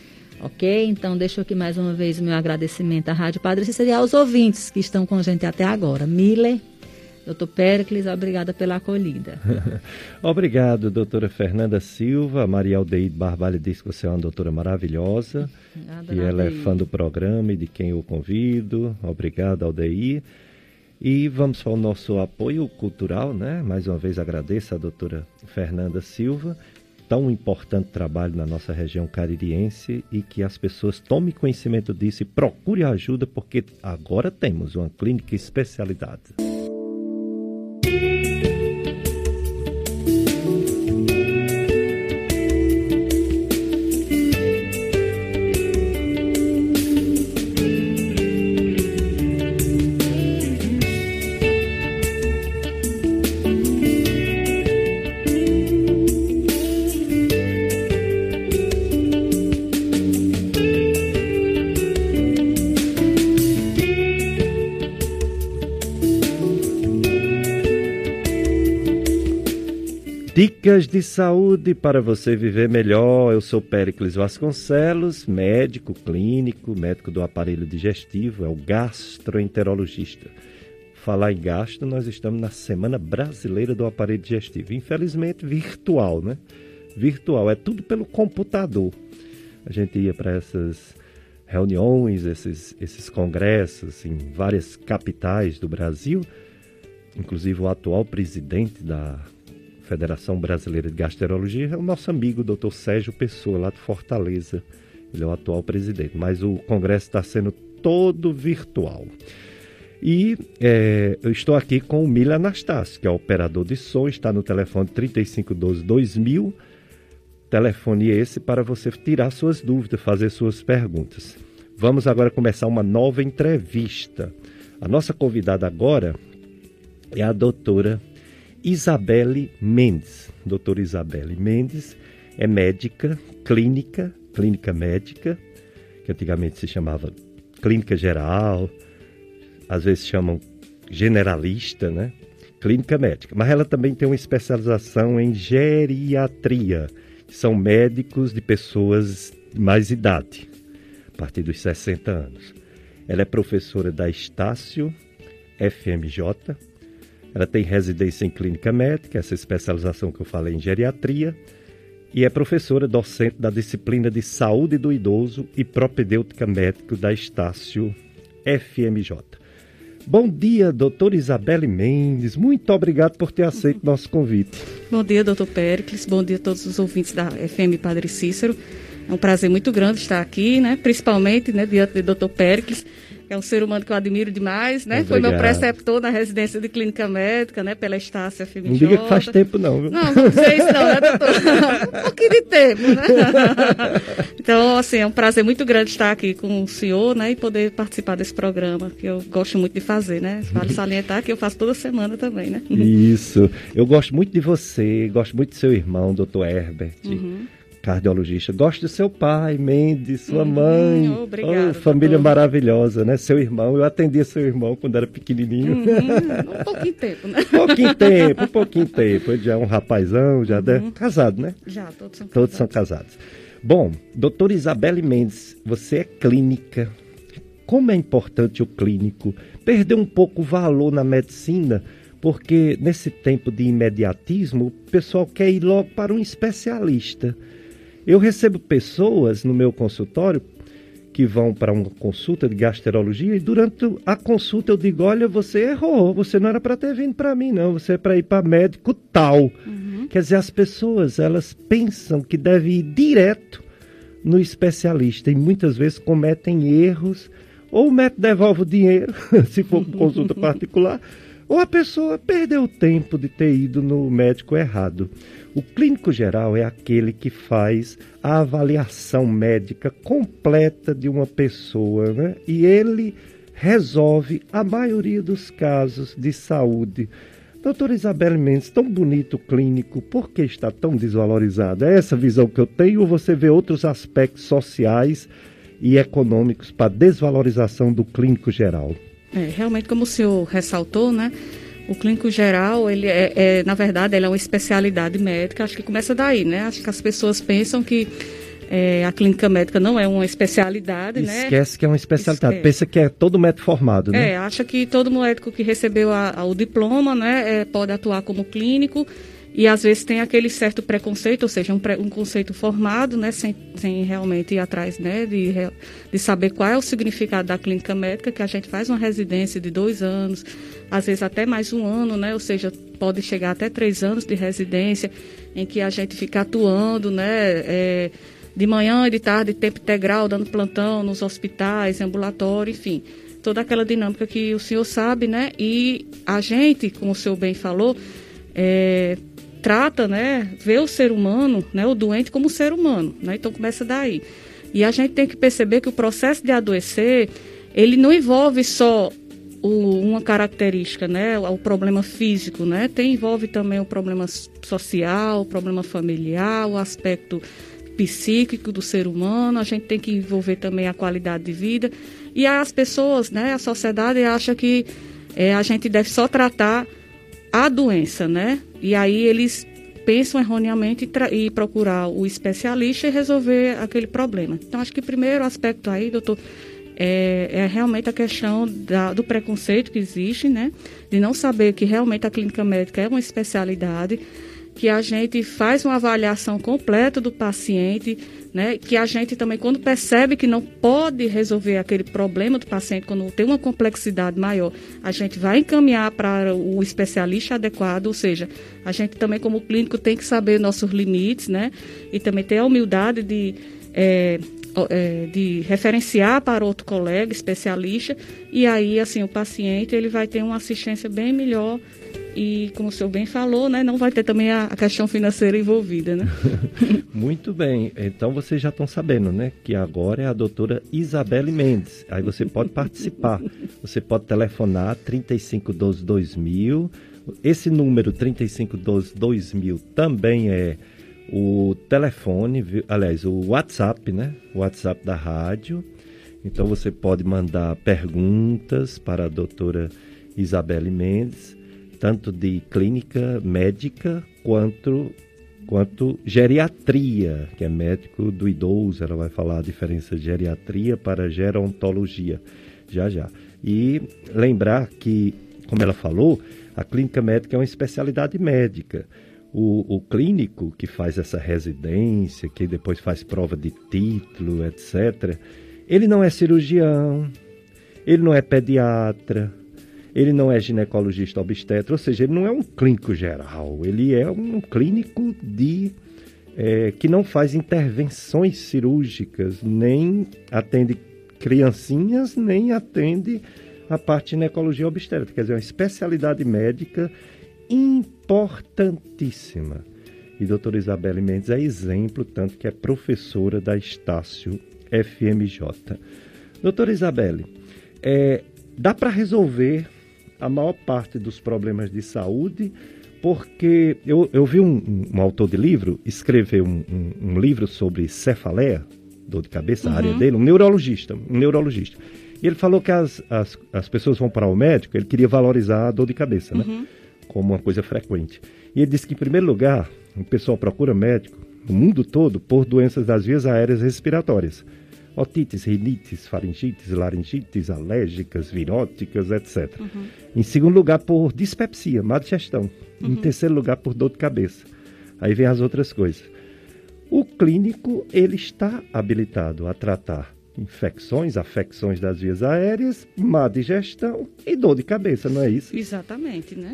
Ok? Então, deixo aqui mais uma vez o meu agradecimento à Rádio Padre Cícero e aos ouvintes que estão com a gente até agora. Miller, doutor Péricles, obrigada pela acolhida. Obrigado, doutora Fernanda Silva. A Maria Aldeide Barbalho disse que você é uma doutora maravilhosa. E ela é fã do programa e de quem eu convido. Obrigado, Aldeide. E vamos para o nosso apoio cultural, né? Mais uma vez agradeço a doutora Fernanda Silva. Tão importante trabalho na nossa região caririense e que as pessoas tomem conhecimento disso e procurem ajuda, porque agora temos uma clínica especializada. Dicas de saúde para você viver melhor. Eu sou Péricles Vasconcelos, médico clínico, médico do aparelho digestivo, é o gastroenterologista. Falar em gastro, nós estamos na Semana Brasileira do Aparelho Digestivo. Infelizmente, virtual, né? Virtual, é tudo pelo computador. A gente ia para essas reuniões, esses, esses congressos em várias capitais do Brasil. Inclusive o atual presidente da Federação Brasileira de Gastroenterologia é o nosso amigo doutor Sérgio Pessoa, lá de Fortaleza. Ele é o atual presidente, mas o congresso está sendo todo virtual. E é, eu estou aqui com o Miller Anastácio, que é operador de som, está no telefone trinta e cinco doze dois mil. Telefone esse para você tirar suas dúvidas, fazer suas perguntas. Vamos agora começar uma nova entrevista. A nossa convidada agora é a doutora Isabelle Mendes. Doutora Isabelle Mendes é médica, clínica, clínica médica, que antigamente se chamava clínica geral, às vezes chamam generalista, né? Clínica médica. Mas ela também tem uma especialização em geriatria, que são médicos de pessoas de mais idade, a partir dos sessenta anos. Ela é professora da Estácio F M J. Ela tem residência em clínica médica, essa especialização que eu falei em geriatria, e é professora docente da disciplina de saúde do idoso e propedêutica médica da Estácio F M J. Bom dia, doutora Isabelle Mendes. Muito obrigado por ter aceito uhum. nosso convite. Bom dia, doutor Péricles. Bom dia a todos os ouvintes da F M Padre Cícero. É um prazer muito grande estar aqui, né? Principalmente, né, diante do doutor Péricles, que é um ser humano que eu admiro demais, né? Obrigado. Foi meu preceptor na residência de clínica médica, né? Pela Estácio F M J. Não diga que faz tempo não, viu? Não, não sei isso não, né, doutor? Um pouquinho de tempo, né? Então, assim, é um prazer muito grande estar aqui com o senhor, né? E poder participar desse programa, que eu gosto muito de fazer, né? Vale salientar que eu faço toda semana também, né? Isso. Eu gosto muito de você, gosto muito do seu irmão, doutor Herbert. Uhum. Cardiologista. Gosto do seu pai, Mendes, sua uhum, mãe. Obrigada. Oh, família doutor. Maravilhosa, né? Seu irmão. Eu atendia seu irmão quando era pequenininho. Uhum, um pouquinho tempo, né? pouquinho tempo, um pouquinho tempo. Ele já é um rapazão, já uhum. é casado, né? Já, todos são todos casados. são casados. Bom, doutora Isabelle Mendes, você é clínica. Como é importante o clínico? Perdeu um pouco o valor na medicina, porque nesse tempo de imediatismo, o pessoal quer ir logo para um especialista. Eu recebo pessoas no meu consultório que vão para uma consulta de gastroenterologia e durante a consulta eu digo, olha, você errou, você não era para ter vindo para mim não, você é para ir para médico tal. Uhum. Quer dizer, as pessoas, elas pensam que devem ir direto no especialista e muitas vezes cometem erros, ou o médico devolve o dinheiro, se for com consulta particular, ou a pessoa perdeu o tempo de ter ido no médico errado. O clínico geral é aquele que faz a avaliação médica completa de uma pessoa, né? E ele resolve a maioria dos casos de saúde. Doutora Isabelle Mendes, tão bonito o clínico, por que está tão desvalorizado? É essa visão que eu tenho ou você vê outros aspectos sociais e econômicos para a desvalorização do clínico geral? É, realmente, como o senhor ressaltou, né? O clínico geral, ele é, é, na verdade, ele é uma especialidade médica, acho que começa daí, né? Acho que as pessoas pensam que é, a clínica médica não é uma especialidade, Esquece né? Esquece que é uma especialidade, Esquece. Pensa que é todo médico formado, né? É, acha que todo médico que recebeu a, a, o diploma, né, é, pode atuar como clínico e às vezes tem aquele certo preconceito, ou seja, um, pre, um conceito formado, né, sem, sem realmente ir atrás, né, de, de saber qual é o significado da clínica médica, que a gente faz uma residência de dois anos, às vezes até mais um ano, né, ou seja, pode chegar até três anos de residência, em que a gente fica atuando, né, é, de manhã e de tarde, tempo integral, dando plantão nos hospitais, ambulatório, enfim, toda aquela dinâmica que o senhor sabe, né, e a gente, como o senhor bem falou, é, trata, né, vê o ser humano, né, o doente como ser humano, né, então começa daí. E a gente tem que perceber que o processo de adoecer, ele não envolve só o, uma característica, né, o problema físico, né, tem, envolve também o problema social, o problema familiar, o aspecto psíquico do ser humano, a gente tem que envolver também a qualidade de vida, e as pessoas, né, a sociedade acha que é, a gente deve só tratar a doença, né? E aí eles pensam erroneamente e, e procurar o especialista e resolver aquele problema. Então, acho que o primeiro aspecto aí, doutor, é, é realmente a questão da, do preconceito que existe, né? De não saber que realmente a clínica médica é uma especialidade que a gente faz uma avaliação completa do paciente, né, que a gente também, quando percebe que não pode resolver aquele problema do paciente, quando tem uma complexidade maior, a gente vai encaminhar para o especialista adequado, ou seja, a gente também como clínico tem que saber nossos limites, né, e também ter a humildade de, é, é, de referenciar para outro colega especialista, e aí, assim, o paciente ele vai ter uma assistência bem melhor. E, como o senhor bem falou, né, não vai ter também a, a questão financeira envolvida, né? Muito bem. Então, vocês já estão sabendo, né, que agora é a doutora Isabelle Mendes. Aí você pode participar. Você pode telefonar trinta e cinco doze dois mil. Esse número trinta e cinco doze dois mil também é o telefone, aliás, o WhatsApp, né? O WhatsApp da rádio. Então, você pode mandar perguntas para a doutora Isabelle Mendes, tanto de clínica médica quanto, quanto geriatria, que é médico do idoso. Ela vai falar a diferença de geriatria para gerontologia, já já. E lembrar que, como ela falou, a clínica médica é uma especialidade médica. O, o clínico que faz essa residência, que depois faz prova de título, etcétera, ele não é cirurgião, ele não é pediatra, ele não é ginecologista obstetra, ou seja, ele não é um clínico geral, ele é um clínico de, é, que não faz intervenções cirúrgicas, nem atende criancinhas, nem atende a parte de ginecologia obstétrica. Quer dizer, é uma especialidade médica importantíssima. E a doutora Isabelle Mendes é exemplo, tanto que é professora da Estácio F M J. Doutora Isabelle, é, dá para resolver a maior parte dos problemas de saúde, porque eu, eu vi um, um, um autor de livro escrever um, um, um livro sobre cefaleia, dor de cabeça, uhum. a área dele, um neurologista, um neurologista. E ele falou que as, as, as pessoas vão para o médico, ele queria valorizar a dor de cabeça, né? Uhum. Como uma coisa frequente. E ele disse que, em primeiro lugar, o pessoal procura médico no mundo todo por doenças das vias aéreas respiratórias. Otites, rinites, faringites, laringites, alérgicas, viróticas, etcétera. Uhum. Em segundo lugar, por dispepsia, má digestão. Uhum. Em terceiro lugar, por dor de cabeça. Aí vem as outras coisas. O clínico, ele está habilitado a tratar infecções, afecções das vias aéreas, má digestão e dor de cabeça, não é isso? Exatamente, né?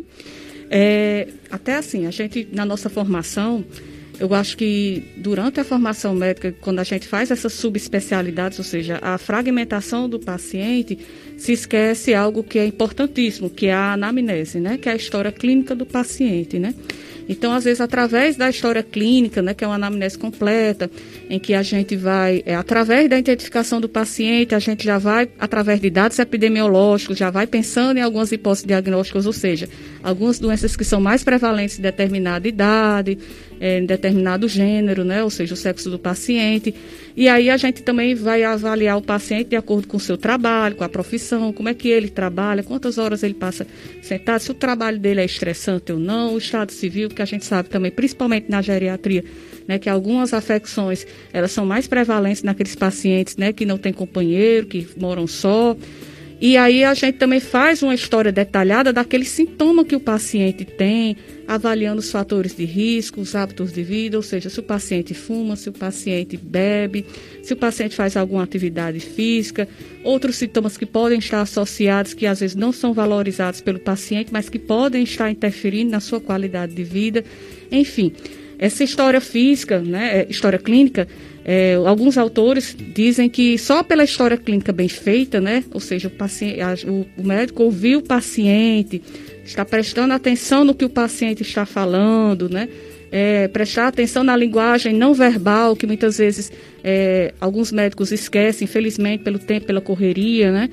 É, até assim, a gente, na nossa formação, eu acho que durante a formação médica, quando a gente faz essas subespecialidades, ou seja, a fragmentação do paciente, se esquece algo que é importantíssimo, que é a anamnese, né? Que é a história clínica do paciente, né? Então, às vezes, através da história clínica, né, que é uma anamnese completa, em que a gente vai, é, através da identificação do paciente, a gente já vai, através de dados epidemiológicos, já vai pensando em algumas hipóteses diagnósticas, ou seja, algumas doenças que são mais prevalentes em determinada idade, é, em determinado gênero, né, ou seja, o sexo do paciente. E aí a gente também vai avaliar o paciente de acordo com o seu trabalho, com a profissão, como é que ele trabalha, quantas horas ele passa sentado, se o trabalho dele é estressante ou não, o estado civil, que a gente sabe também, principalmente na geriatria, né, que algumas afecções, elas são mais prevalentes naqueles pacientes, né, que não têm companheiro, que moram só. E aí a gente também faz uma história detalhada daquele sintoma que o paciente tem, avaliando os fatores de risco, os hábitos de vida, ou seja, se o paciente fuma, se o paciente bebe, se o paciente faz alguma atividade física, outros sintomas que podem estar associados, que às vezes não são valorizados pelo paciente, mas que podem estar interferindo na sua qualidade de vida. Enfim, essa história física, né, história clínica, É, alguns autores dizem que só pela história clínica bem feita, né, ou seja, o, paciente, a, o, o médico ouviu o paciente, está prestando atenção no que o paciente está falando, né, é, prestar atenção na linguagem não verbal, que muitas vezes é, alguns médicos esquecem, infelizmente, pelo tempo, pela correria, né.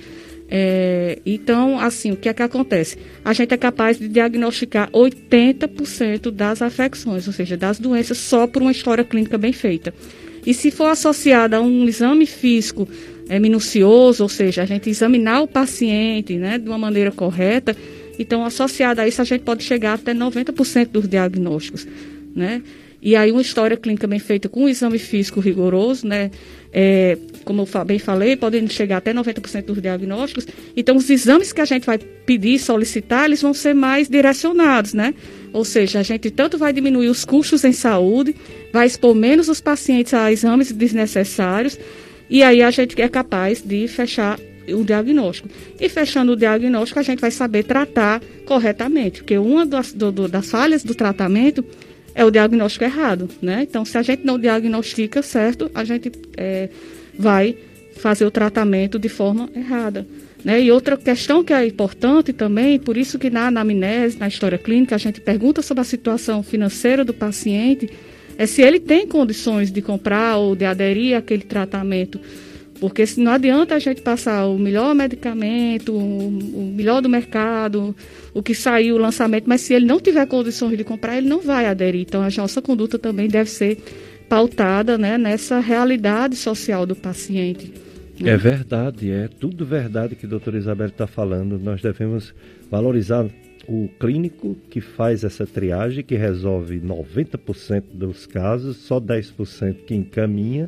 É, então, assim, o que é que acontece? A gente é capaz de diagnosticar oitenta por cento das afecções, ou seja, das doenças, só por uma história clínica bem feita. E se for associada a um exame físico é, minucioso, ou seja, a gente examinar o paciente, né, de uma maneira correta, então, associada a isso, a gente pode chegar até noventa por cento dos diagnósticos, né? E aí uma história clínica bem feita com um exame físico rigoroso, né? É, como eu bem falei, podem chegar até noventa por cento dos diagnósticos. Então, os exames que a gente vai pedir, solicitar, eles vão ser mais direcionados, né? Ou seja, a gente tanto vai diminuir os custos em saúde, vai expor menos os pacientes a exames desnecessários, e aí a gente é capaz de fechar o diagnóstico. E fechando o diagnóstico, a gente vai saber tratar corretamente, porque uma das, do, do, das falhas do tratamento é o diagnóstico errado, né? Então, se a gente não diagnostica certo, a gente é, vai fazer o tratamento de forma errada, né? E outra questão que é importante também, por isso que na anamnese, na história clínica, a gente pergunta sobre a situação financeira do paciente, é se ele tem condições de comprar ou de aderir àquele tratamento. Porque se não adianta a gente passar o melhor medicamento, o, o melhor do mercado, o que saiu, o lançamento, mas se ele não tiver condições de comprar, ele não vai aderir. Então, a nossa conduta também deve ser pautada, né, nessa realidade social do paciente. Né? É verdade, é tudo verdade que a doutora Isabel está falando. Nós devemos valorizar o clínico que faz essa triagem, que resolve noventa por cento dos casos, só dez por cento que encaminha,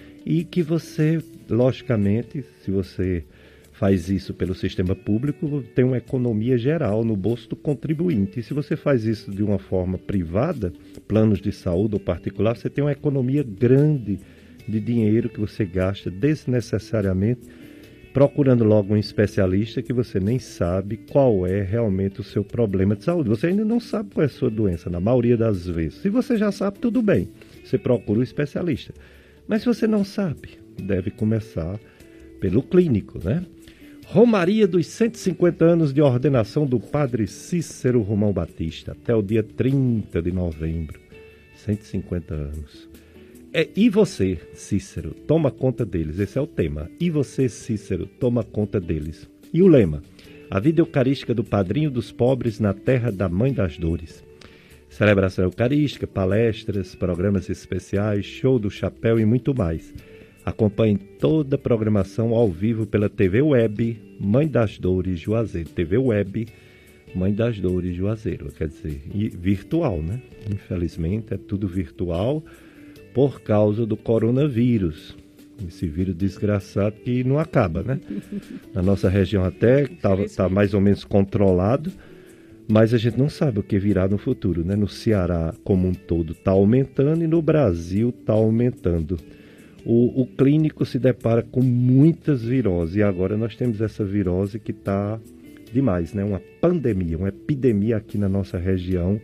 e que você, logicamente, se você faz isso pelo sistema público, tem uma economia geral no bolso do contribuinte. E se você faz isso de uma forma privada, planos de saúde ou particular, você tem uma economia grande de dinheiro que você gasta desnecessariamente, procurando logo um especialista que você nem sabe qual é realmente o seu problema de saúde. Você ainda não sabe qual é a sua doença, na maioria das vezes. Se você já sabe, tudo bem, você procura um especialista. Mas se você não sabe, deve começar pelo clínico, né? Romaria dos cento e cinquenta anos de ordenação do padre Cícero Romão Batista, até o dia trinta de novembro. cento e cinquenta anos. É, e você, Cícero, toma conta deles. Esse é o tema. E você, Cícero, toma conta deles. E o lema: a vida eucarística do padrinho dos pobres na terra da mãe das dores. Celebração eucarística, palestras, programas especiais, show do chapéu e muito mais. Acompanhe toda a programação ao vivo pela T V Web Mãe das Dores Juazeiro. T V Web Mãe das Dores Juazeiro, quer dizer, e virtual, né? Infelizmente é tudo virtual por causa do coronavírus. Esse vírus desgraçado que não acaba, né? Na nossa região até está tá mais ou menos controlado, mas a gente não sabe o que virá no futuro, né? No Ceará como um todo está aumentando e no Brasil está aumentando. O, o clínico se depara com muitas viroses e agora nós temos essa virose que está demais, né? Uma pandemia, uma epidemia aqui na nossa região,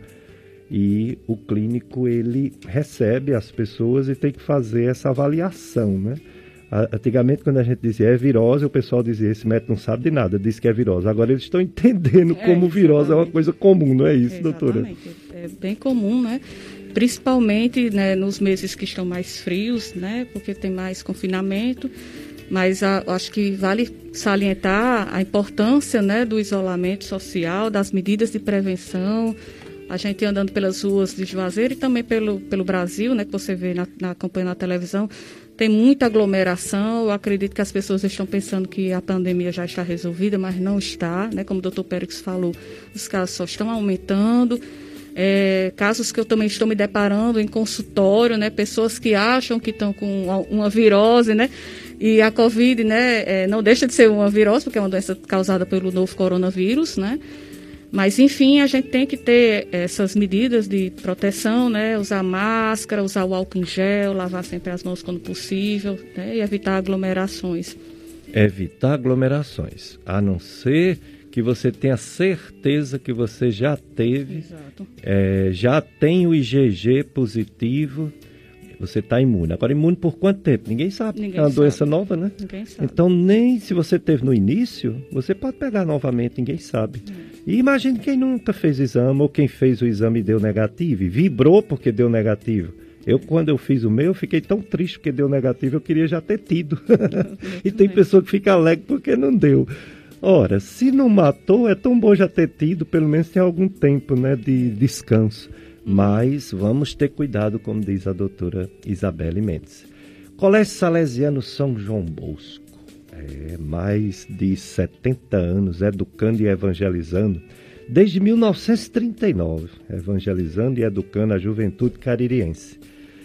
e o clínico ele recebe as pessoas e tem que fazer essa avaliação, né? Antigamente, quando a gente dizia é virose, o pessoal dizia, esse médico não sabe de nada, disse que é virose. Agora eles estão entendendo é, como virose é uma coisa comum, não é isso, exatamente, doutora? É bem comum, né? Principalmente, né, nos meses que estão mais frios, né? Porque tem mais confinamento. Mas a, acho que vale salientar a importância, né, do isolamento social, das medidas de prevenção. A gente andando pelas ruas de Juazeiro e também pelo, pelo Brasil, né, que você vê na, na campanha na televisão, tem muita aglomeração. Eu acredito que as pessoas estão pensando que a pandemia já está resolvida, mas não está, né? Como o doutor Périx falou, os casos só estão aumentando. É, casos que eu também estou me deparando em consultório, né? Pessoas que acham que estão com uma virose, né? E a Covid, né, é, não deixa de ser uma virose, porque é uma doença causada pelo novo coronavírus, né? Mas, enfim, a gente tem que ter essas medidas de proteção, né? Usar máscara, usar o álcool em gel, lavar sempre as mãos quando possível, né? E evitar aglomerações. Evitar aglomerações, a não ser que você tenha certeza que você já teve, é, já tem o I G G positivo, você está imune. Agora, imune por quanto tempo? Ninguém sabe. Ninguém é uma sabe. doença nova, né? Ninguém sabe. Então, nem se você teve no início, você pode pegar novamente, ninguém sabe. Hum. E imagine quem nunca fez o exame, ou quem fez o exame e deu negativo, e vibrou porque deu negativo. Eu, quando eu fiz o meu, eu fiquei tão triste porque deu negativo, eu queria já ter tido. E tem pessoa que fica alegre porque não deu. Ora, se não matou, é tão bom já ter tido, pelo menos tem algum tempo, né, de descanso. Mas vamos ter cuidado, como diz a doutora Isabelle Mendes. Colégio Salesiano São João Bosco. É, mais de setenta anos educando e evangelizando. desde mil novecentos e trinta e nove, evangelizando e educando a juventude caririense.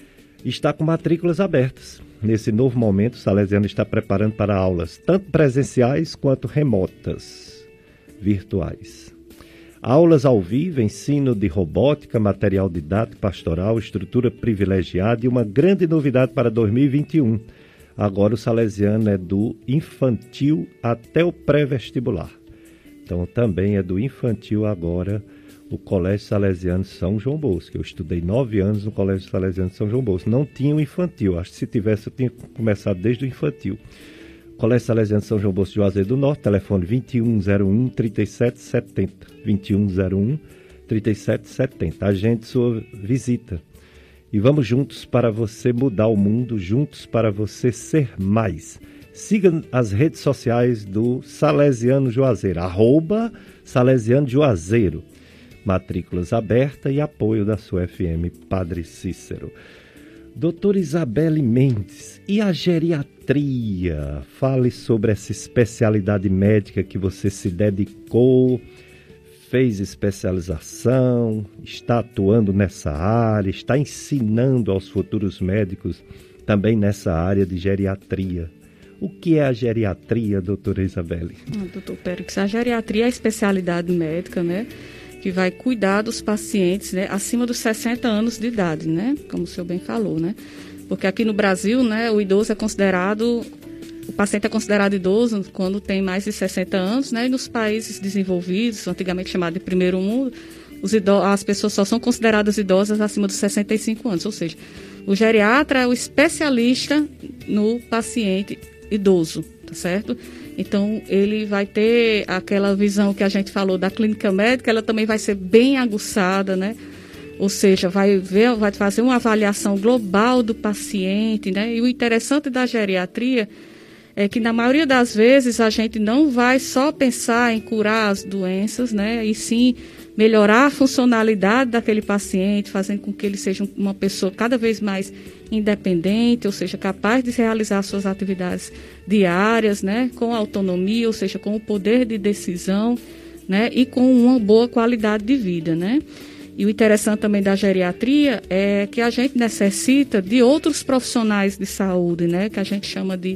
Está com matrículas abertas. Nesse novo momento, o Salesiano está preparando para aulas, tanto presenciais quanto remotas, virtuais. Aulas ao vivo, ensino de robótica, material didático, pastoral, estrutura privilegiada e uma grande novidade para dois mil e vinte e um. Agora o Salesiano é do infantil até o pré-vestibular. Então também é do infantil agora o Colégio Salesiano São João Bosco. Eu estudei nove anos no Colégio Salesiano São João Bosco. Não tinha o infantil. Acho que se tivesse eu tinha começado desde o infantil. Colégio Salesiano São João Bosco de Juazeiro do Norte, telefone vinte e um zero um, trinta e sete setenta. vinte e um zero um, trinta e sete setenta. Agende sua visita. E vamos juntos para você mudar o mundo, juntos para você ser mais. Siga as redes sociais do Salesiano Juazeiro, arroba Salesiano Juazeiro. Matrículas abertas e apoio da sua F M Padre Cícero. Doutora Isabelle Mendes, e a geriatria? Fale sobre essa especialidade médica que você se dedicou, fez especialização, está atuando nessa área, está ensinando aos futuros médicos também nessa área de geriatria. O que é a geriatria, doutora Isabelle? Ah, doutor Périx, a geriatria é a especialidade médica, né, que vai cuidar dos pacientes, né, acima dos sessenta anos de idade, né, como o senhor bem falou, né, porque aqui no Brasil, né, o idoso é considerado, o paciente é considerado idoso quando tem mais de sessenta anos, né, e nos países desenvolvidos, antigamente chamado de primeiro mundo, os idosos, as pessoas só são consideradas idosas acima dos sessenta e cinco anos, ou seja, o geriatra é o especialista no paciente idoso, tá certo? Então, ele vai ter aquela visão que a gente falou da clínica médica, ela também vai ser bem aguçada, né? Ou seja, vai ver, vai fazer uma avaliação global do paciente, né? E o interessante da geriatria é que, na maioria das vezes, a gente não vai só pensar em curar as doenças, né? E sim melhorar a funcionalidade daquele paciente, fazendo com que ele seja uma pessoa cada vez mais independente, ou seja, capaz de realizar suas atividades diárias, né, com autonomia, ou seja, com o poder de decisão, né, e com uma boa qualidade de vida, né. E o interessante também da geriatria é que a gente necessita de outros profissionais de saúde, né, que a gente chama de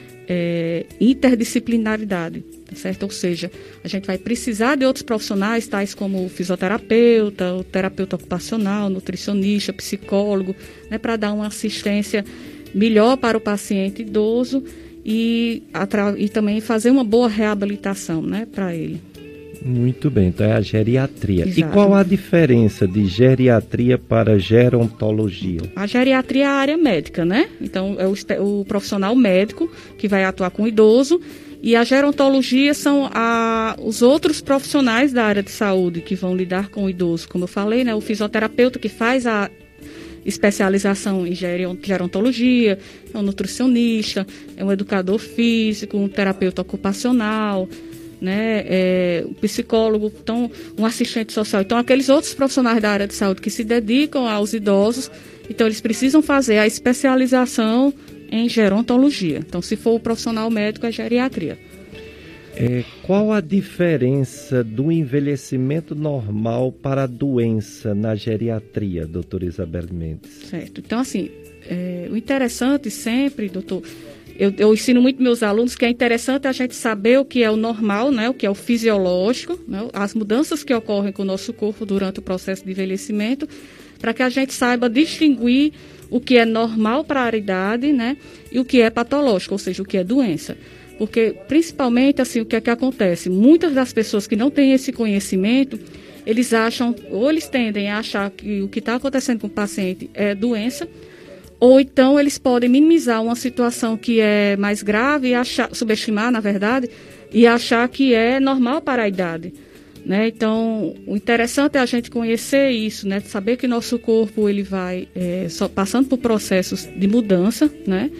é, interdisciplinaridade, tá certo? Ou seja, a gente vai precisar de outros profissionais, tais como o fisioterapeuta, o terapeuta ocupacional, nutricionista, psicólogo, né, para dar uma assistência melhor para o paciente idoso e, e também fazer uma boa reabilitação, né, para ele. Muito bem, então é a geriatria. Exato. E qual a diferença de geriatria para gerontologia? A geriatria é a área médica, né? Então, é o, o profissional médico que vai atuar com o idoso, e a gerontologia são a, os outros profissionais da área de saúde que vão lidar com o idoso. Como eu falei, né? O fisioterapeuta que faz a especialização em gerontologia, é um nutricionista, é um educador físico, um terapeuta ocupacional, né, é, um psicólogo, então, um assistente social. Então, aqueles outros profissionais da área de saúde que se dedicam aos idosos, então, eles precisam fazer a especialização em gerontologia. Então, se for o profissional médico, é geriatria. É, qual a diferença do envelhecimento normal para a doença na geriatria, doutora Isabelle Mendes? Certo. Então, assim, é, o interessante sempre, doutor... Eu, eu ensino muito meus alunos que é interessante a gente saber o que é o normal, né, o que é o fisiológico, né, as mudanças que ocorrem com o nosso corpo durante o processo de envelhecimento, para que a gente saiba distinguir o que é normal para a idade, né, e o que é patológico, ou seja, o que é doença. Porque, principalmente, assim, o que é que acontece? Muitas das pessoas que não têm esse conhecimento, eles acham, ou eles tendem a achar que o que está acontecendo com o paciente é doença, ou então eles podem minimizar uma situação que é mais grave e achar, subestimar, na verdade, e achar que é normal para a idade, né? Então, o interessante é a gente conhecer isso, né? Saber que nosso corpo ele vai é, só passando por processos de mudança, né?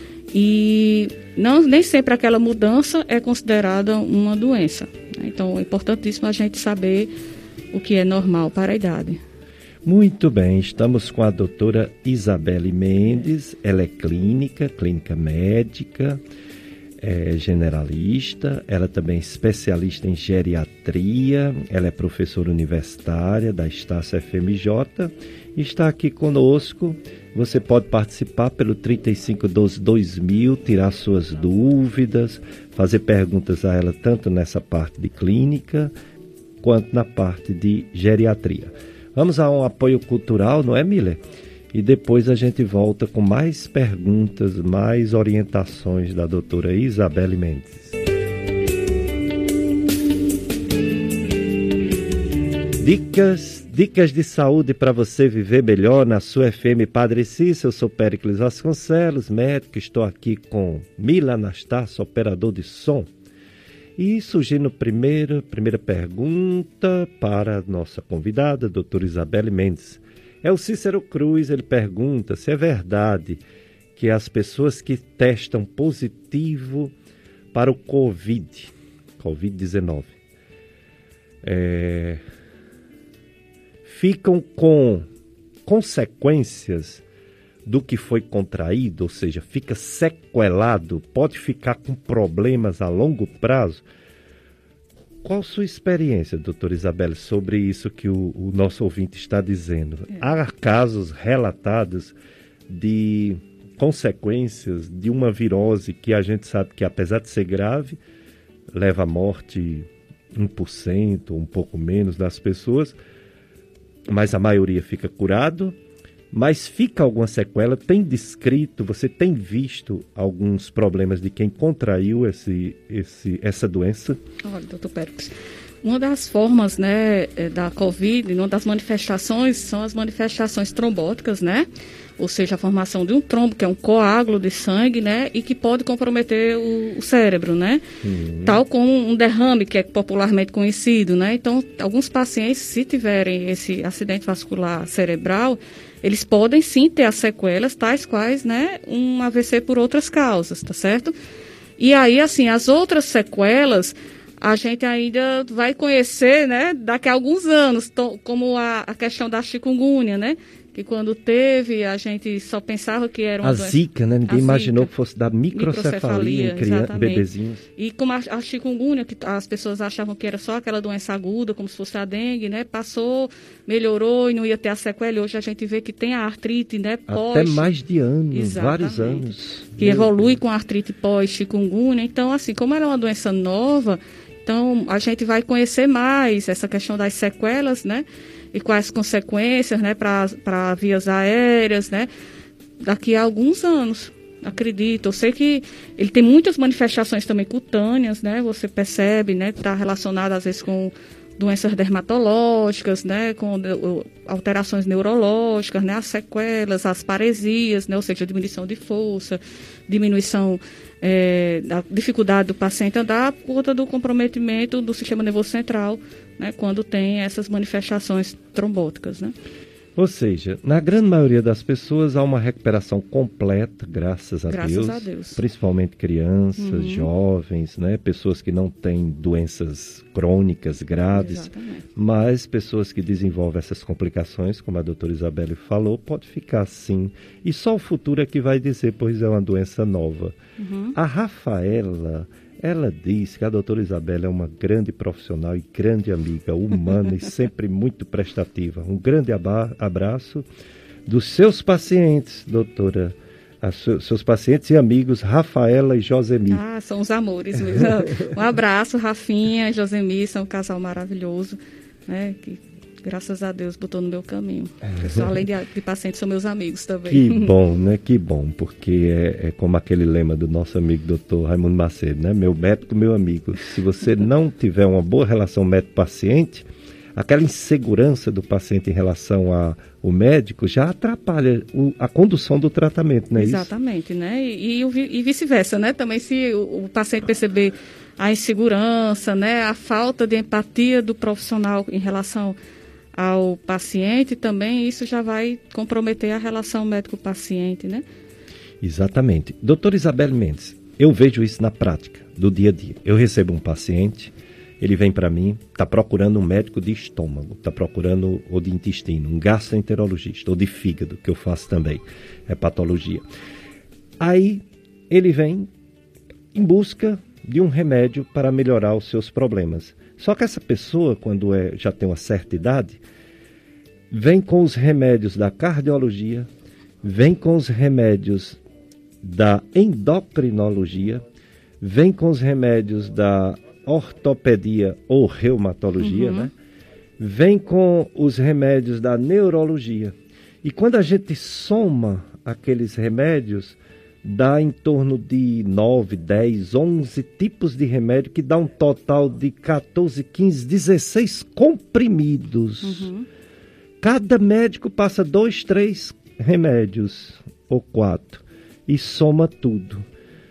E não, nem sempre aquela mudança é considerada uma doença, né? Então, é importantíssimo a gente saber o que é normal para a idade. Muito bem, estamos com a doutora Isabelle Mendes, ela é clínica, clínica médica, é generalista, ela também é especialista em geriatria, ela é professora universitária da Estácio F M J e está aqui conosco. Você pode participar pelo trinta e cinco doze dois mil, tirar suas dúvidas, fazer perguntas a ela tanto nessa parte de clínica quanto na parte de geriatria. Vamos a um apoio cultural, não é, Miller? E depois a gente volta com mais perguntas, mais orientações da doutora Isabelle Mendes. Dicas, dicas de saúde para você viver melhor na sua F M Padre Cícero. Eu sou Péricles Vasconcelos, médico. Estou aqui com Mila Anastácio, operador de som. E surgindo primeira, primeira pergunta para a nossa convidada, a doutora Isabelle Mendes. É o Cícero Cruz, ele pergunta se é verdade que as pessoas que testam positivo para o Covid, covid dezenove, é, ficam com consequências do que foi contraído, ou seja, fica sequelado, pode ficar com problemas a longo prazo. Qual a sua experiência, doutora Isabelle, sobre isso que o, o nosso ouvinte está dizendo? É. Há casos relatados de consequências de uma virose que a gente sabe que, apesar de ser grave, leva à morte um por cento, um pouco menos das pessoas, mas a maioria fica curado. Mas fica alguma sequela? Tem descrito, você tem visto alguns problemas de quem contraiu esse, esse, essa doença? Olha, doutor Péricles, uma das formas, né, da Covid, uma das manifestações são as manifestações trombóticas, né? Ou seja, a formação de um trombo, que é um coágulo de sangue, né? E que pode comprometer o, o cérebro, né? Uhum. Tal como um derrame, que é popularmente conhecido, né? Então, alguns pacientes, se tiverem esse acidente vascular cerebral, eles podem sim ter as sequelas, tais quais, né, um A V C por outras causas, tá certo? E aí, assim, as outras sequelas, a gente ainda vai conhecer, né, daqui a alguns anos, to, como a, a questão da chikungunya, né? Que quando teve, a gente só pensava que era uma a doença... zika, né? Ninguém a imaginou zika, que fosse dar microcefalia, microcefalia em crianças, bebezinhos. E como a, a chikungunya, que as pessoas achavam que era só aquela doença aguda, como se fosse a dengue, né? Passou, melhorou e não ia ter a sequela. E hoje a gente vê que tem a artrite, né? Pós, até mais de anos, exatamente, vários anos. Que Meu evolui Deus. Com a artrite pós-chikungunya. Então, assim, como era uma doença nova, então a gente vai conhecer mais essa questão das sequelas, né? E quais consequências, né, para vias aéreas, né, daqui a alguns anos, acredito. Eu sei que ele tem muitas manifestações também cutâneas, né, você percebe, né, está relacionado às vezes com doenças dermatológicas, né, com alterações neurológicas, né, as sequelas, as paresias, né, ou seja, diminuição de força, diminuição é, da dificuldade do paciente andar por conta do comprometimento do sistema nervoso central, né, quando tem essas manifestações trombóticas, né? Ou seja, na grande maioria das pessoas há uma recuperação completa, graças a, graças Deus, a Deus. Principalmente crianças, uhum. jovens, né, pessoas que não têm doenças crônicas graves, exatamente, mas pessoas que desenvolvem essas complicações, como a doutora Isabelle falou, pode ficar assim. E só o futuro é que vai dizer, pois é uma doença nova. Uhum. A Rafaela, ela diz que a doutora Isabelle é uma grande profissional e grande amiga, humana e sempre muito prestativa. Um grande abraço dos seus pacientes, doutora, a seus pacientes e amigos, Rafaela e Josemi. Ah, são os amores mesmo. Um abraço, Rafinha e Josemi, são um casal maravilhoso, né, que graças a Deus botou no meu caminho. Pessoal, além de, de pacientes, são meus amigos também. Que bom, né? Que bom, porque é, é como aquele lema do nosso amigo doutor Raimundo Macedo, né? Meu médico, meu amigo. Se você não tiver uma boa relação médico-paciente, aquela insegurança do paciente em relação ao médico já atrapalha o, a condução do tratamento, não é Exatamente, isso? né? E, e, e vice-versa, né? Também se o, o paciente perceber a insegurança, né? A falta de empatia do profissional em relação ao paciente, também isso já vai comprometer a relação médico-paciente, né? Exatamente. Doutora Isabelle Mendes, eu vejo isso na prática, do dia a dia. Eu recebo um paciente, ele vem para mim, está procurando um médico de estômago, está procurando ou de intestino, um gastroenterologista, ou de fígado, que eu faço também, é patologia. Aí ele vem em busca de um remédio para melhorar os seus problemas. Só que essa pessoa, quando é, já tem uma certa idade, vem com os remédios da cardiologia, vem com os remédios da endocrinologia, vem com os remédios da ortopedia ou reumatologia, uhum. né? Vem com os remédios da neurologia. E quando a gente soma aqueles remédios, dá em torno de nove, dez, onze tipos de remédio, que dá um total de quatorze, quinze, dezesseis comprimidos. Uhum. Cada médico passa dois, três remédios, ou quatro, e soma tudo.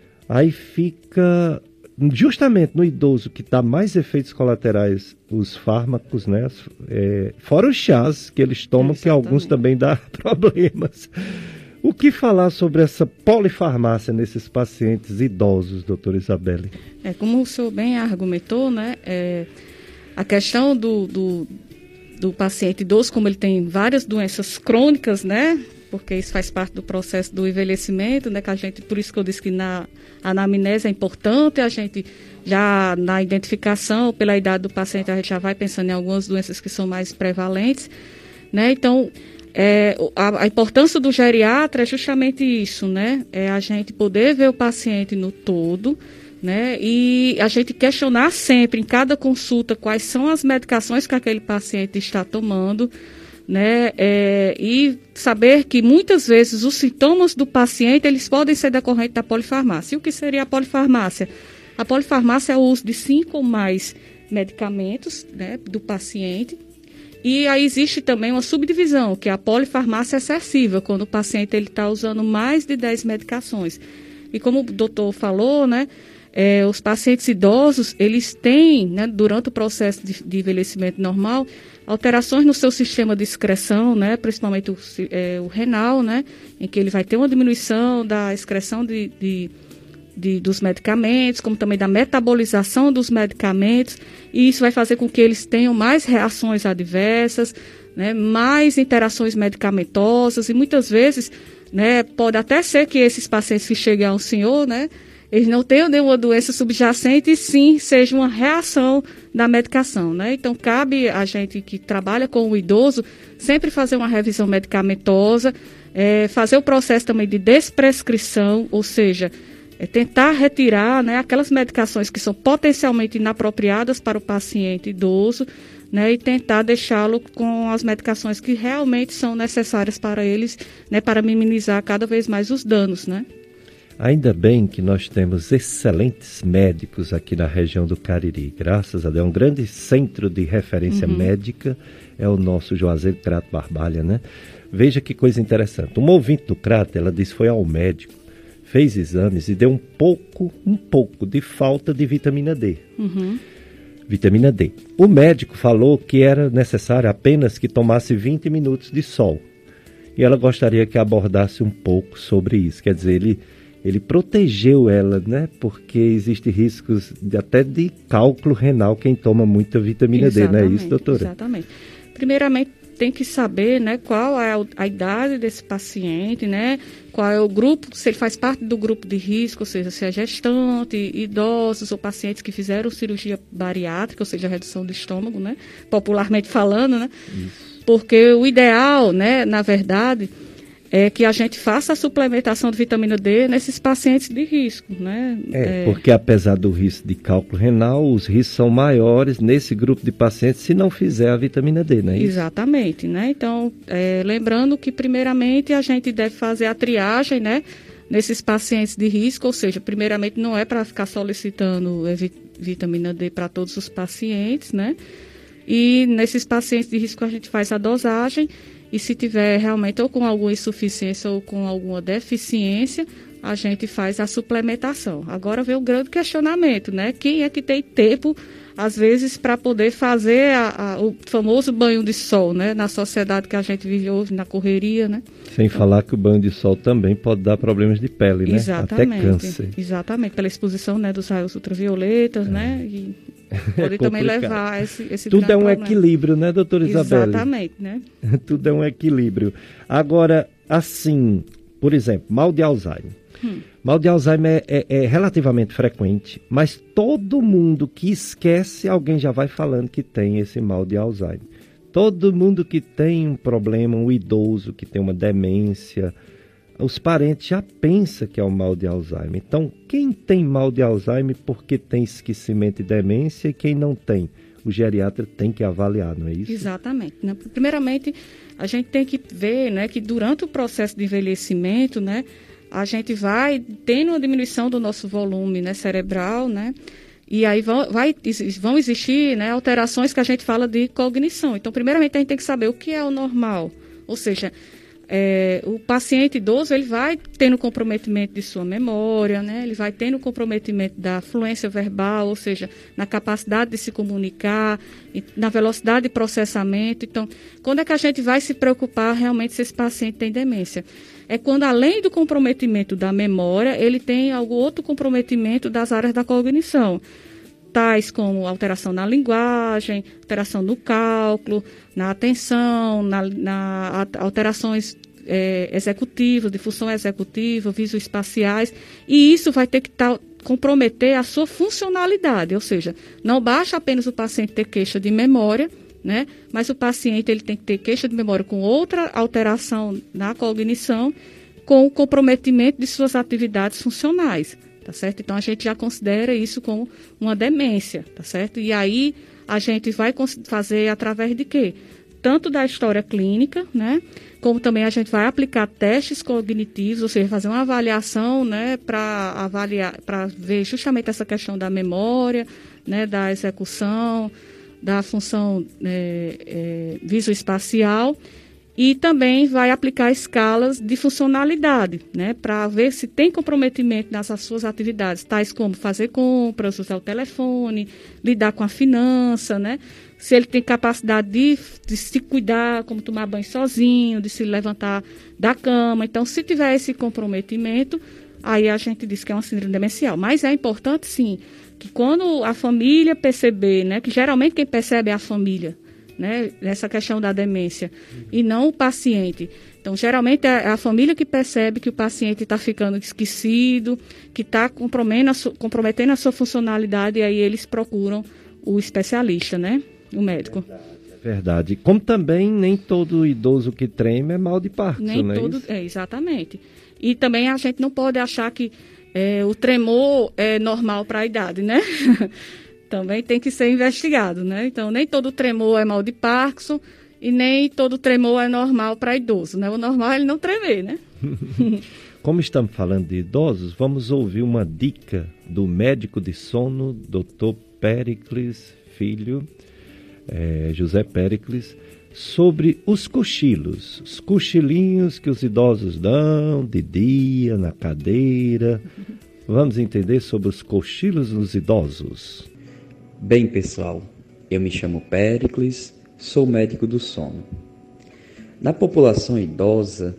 Aí fica, justamente no idoso que dá mais efeitos colaterais, os fármacos, né? É, fora os chás que eles tomam, Exatamente. Que alguns também dão problemas. O que falar sobre essa polifarmácia nesses pacientes idosos, doutora Isabelle? É, como o senhor bem argumentou, né? É, a questão do, do, do paciente idoso, como ele tem várias doenças crônicas, né? Porque isso faz parte do processo do envelhecimento, né? Que a gente, por isso que eu disse que na anamnese é importante, a gente já na identificação, pela idade do paciente, a gente já vai pensando em algumas doenças que são mais prevalentes, né? Então, é, a, a importância do geriatra é justamente isso, né? É a gente poder ver o paciente no todo, né? E a gente questionar sempre, em cada consulta, quais são as medicações que aquele paciente está tomando, né? É, e saber que muitas vezes os sintomas do paciente, eles podem ser decorrentes da polifarmácia. E o que seria a polifarmácia? A polifarmácia é o uso de cinco ou mais medicamentos, né, do paciente. E aí existe também uma subdivisão, que é a polifarmácia excessiva, quando o paciente está usando mais de dez medicações. E como o doutor falou, né, é, os pacientes idosos, eles têm, né, durante o processo de, de envelhecimento normal, alterações no seu sistema de excreção, né, principalmente o, é, o renal, né, em que ele vai ter uma diminuição da excreção de, de, de, dos medicamentos, como também da metabolização dos medicamentos, e isso vai fazer com que eles tenham mais reações adversas, né, mais interações medicamentosas, e muitas vezes, né, pode até ser que esses pacientes que cheguem ao senhor, né, eles não tenham nenhuma doença subjacente, e sim seja uma reação da medicação, né? Então, cabe a gente que trabalha com o idoso sempre fazer uma revisão medicamentosa, é, fazer o processo também de desprescrição, ou seja, é tentar retirar, né, aquelas medicações que são potencialmente inapropriadas para o paciente idoso, né, e tentar deixá-lo com as medicações que realmente são necessárias para eles, né, para minimizar cada vez mais os danos, né? Ainda bem que nós temos excelentes médicos aqui na região do Cariri, graças a Deus. É um grande centro de referência uhum. médica, é o nosso Juazeiro Crato Barbalha, né? Veja que coisa interessante. Uma ouvinte do Crato, ela disse que foi ao médico, fez exames e deu um pouco, um pouco de falta de vitamina D. Uhum. Vitamina D. O médico falou que era necessário apenas que tomasse vinte minutos de sol. E ela gostaria que abordasse um pouco sobre isso. Quer dizer, ele... Ele protegeu ela, né? Porque existe riscos de, até de cálculo renal quem toma muita vitamina exatamente, D, não é isso, doutora? Exatamente. Primeiramente, tem que saber, né, qual é a, a idade desse paciente, né? Qual é o grupo, se ele faz parte do grupo de risco, ou seja, se é gestante, idosos ou pacientes que fizeram cirurgia bariátrica, ou seja, redução do estômago, né? Popularmente falando, né? Isso. Porque o ideal, né, na verdade, é que a gente faça a suplementação de vitamina D nesses pacientes de risco, né? É, é, porque apesar do risco de cálculo renal, os riscos são maiores nesse grupo de pacientes se não fizer a vitamina D, não é isso? Exatamente, né? Então, é, lembrando que primeiramente a gente deve fazer a triagem, né, nesses pacientes de risco, ou seja, primeiramente não é para ficar solicitando vitamina D para todos os pacientes, né? E nesses pacientes de risco a gente faz a dosagem. E se tiver realmente ou com alguma insuficiência ou com alguma deficiência, a gente faz a suplementação. Agora vem o grande questionamento, né? Quem é que tem tempo, às vezes, para poder fazer a, a, o famoso banho de sol, né? Na sociedade que a gente vive hoje, na correria, né? Sem então, falar que o banho de sol também pode dar problemas de pele, né? Exatamente. Até câncer. Exatamente, pela exposição, né, dos raios ultravioletas, é. né? E pode é também levar a esse, esse Tudo é um problema. Equilíbrio, né, doutora Isabelle? Exatamente, né? Tudo é um equilíbrio. Agora, assim, por exemplo, mal de Alzheimer. Hum. Mal de Alzheimer é, é, é relativamente frequente, mas todo mundo que esquece, alguém já vai falando que tem esse mal de Alzheimer. Todo mundo que tem um problema, um idoso que tem uma demência, os parentes já pensam que é o mal de Alzheimer. Então, quem tem mal de Alzheimer porque tem esquecimento e demência, e quem não tem? O geriatra tem que avaliar, não é isso? Exatamente. Né? Primeiramente, a gente tem que ver, né, que durante o processo de envelhecimento, né, a gente vai tendo uma diminuição do nosso volume, né, cerebral, né, e aí vão, vai, vão existir, né, alterações que a gente fala de cognição. Então, primeiramente, a gente tem que saber o que é o normal, ou seja, É, o paciente idoso ele vai tendo comprometimento de sua memória, né? Ele vai tendo comprometimento da fluência verbal, ou seja, na capacidade de se comunicar, na velocidade de processamento. Então, quando é que a gente vai se preocupar realmente se esse paciente tem demência? É quando, além do comprometimento da memória, ele tem algum outro comprometimento das áreas da cognição, tais como alteração na linguagem, alteração no cálculo, na atenção, na, na alterações é, executivas, de função executiva, visoespaciais, e isso vai ter que tá, comprometer a sua funcionalidade, ou seja, não basta apenas o paciente ter queixa de memória, né, mas o paciente ele tem que ter queixa de memória com outra alteração na cognição, com o comprometimento de suas atividades funcionais. Tá certo? Então, a gente já considera isso como uma demência, tá certo? E aí, a gente vai fazer através de quê? Tanto da história clínica, né? Como também a gente vai aplicar testes cognitivos, ou seja, fazer uma avaliação, né? Para avaliar, para ver justamente essa questão da memória, né? Da execução, da função é, é, visoespacial. E também vai aplicar escalas de funcionalidade, né, para ver se tem comprometimento nas suas atividades, tais como fazer compras, usar o telefone, lidar com a finança, né, se ele tem capacidade de, de se cuidar, como tomar banho sozinho, de se levantar da cama. Então, se tiver esse comprometimento, aí a gente diz que é uma síndrome demencial. Mas é importante, sim, que quando a família perceber, né, que geralmente quem percebe é a família, né, nessa questão da demência, e não o paciente. Então, geralmente é a família que percebe que o paciente está ficando esquecido, que está comprometendo, comprometendo a sua funcionalidade, e aí eles procuram o especialista, né, o médico. Verdade, é verdade. Como também nem todo idoso que treme é mal de Parkinson, nem não é todo, isso? É, exatamente. E também a gente não pode achar que é, o tremor é normal para a idade, né? Também tem que ser investigado, né? Então, nem todo tremor é mal de Parkinson e nem todo tremor é normal para idoso, né? O normal é ele não tremer, né? Como estamos falando de idosos, vamos ouvir uma dica do médico de sono, doutor Péricles Filho, é, José Péricles, sobre os cochilos, os cochilinhos que os idosos dão de dia, na cadeira. Vamos entender sobre os cochilos nos idosos. Bem, pessoal, eu me chamo Péricles, sou médico do sono. Na população idosa,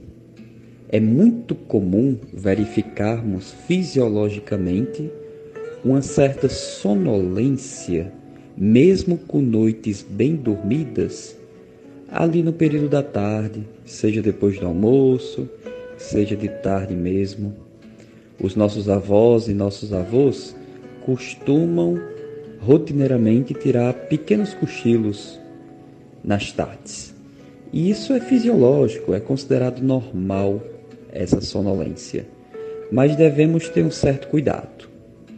é muito comum verificarmos fisiologicamente uma certa sonolência, mesmo com noites bem dormidas, ali no período da tarde, seja depois do almoço, seja de tarde mesmo. Os nossos avós e nossos avós costumam rotineiramente tirar pequenos cochilos nas tardes. E isso é fisiológico, é considerado normal essa sonolência. Mas devemos ter um certo cuidado.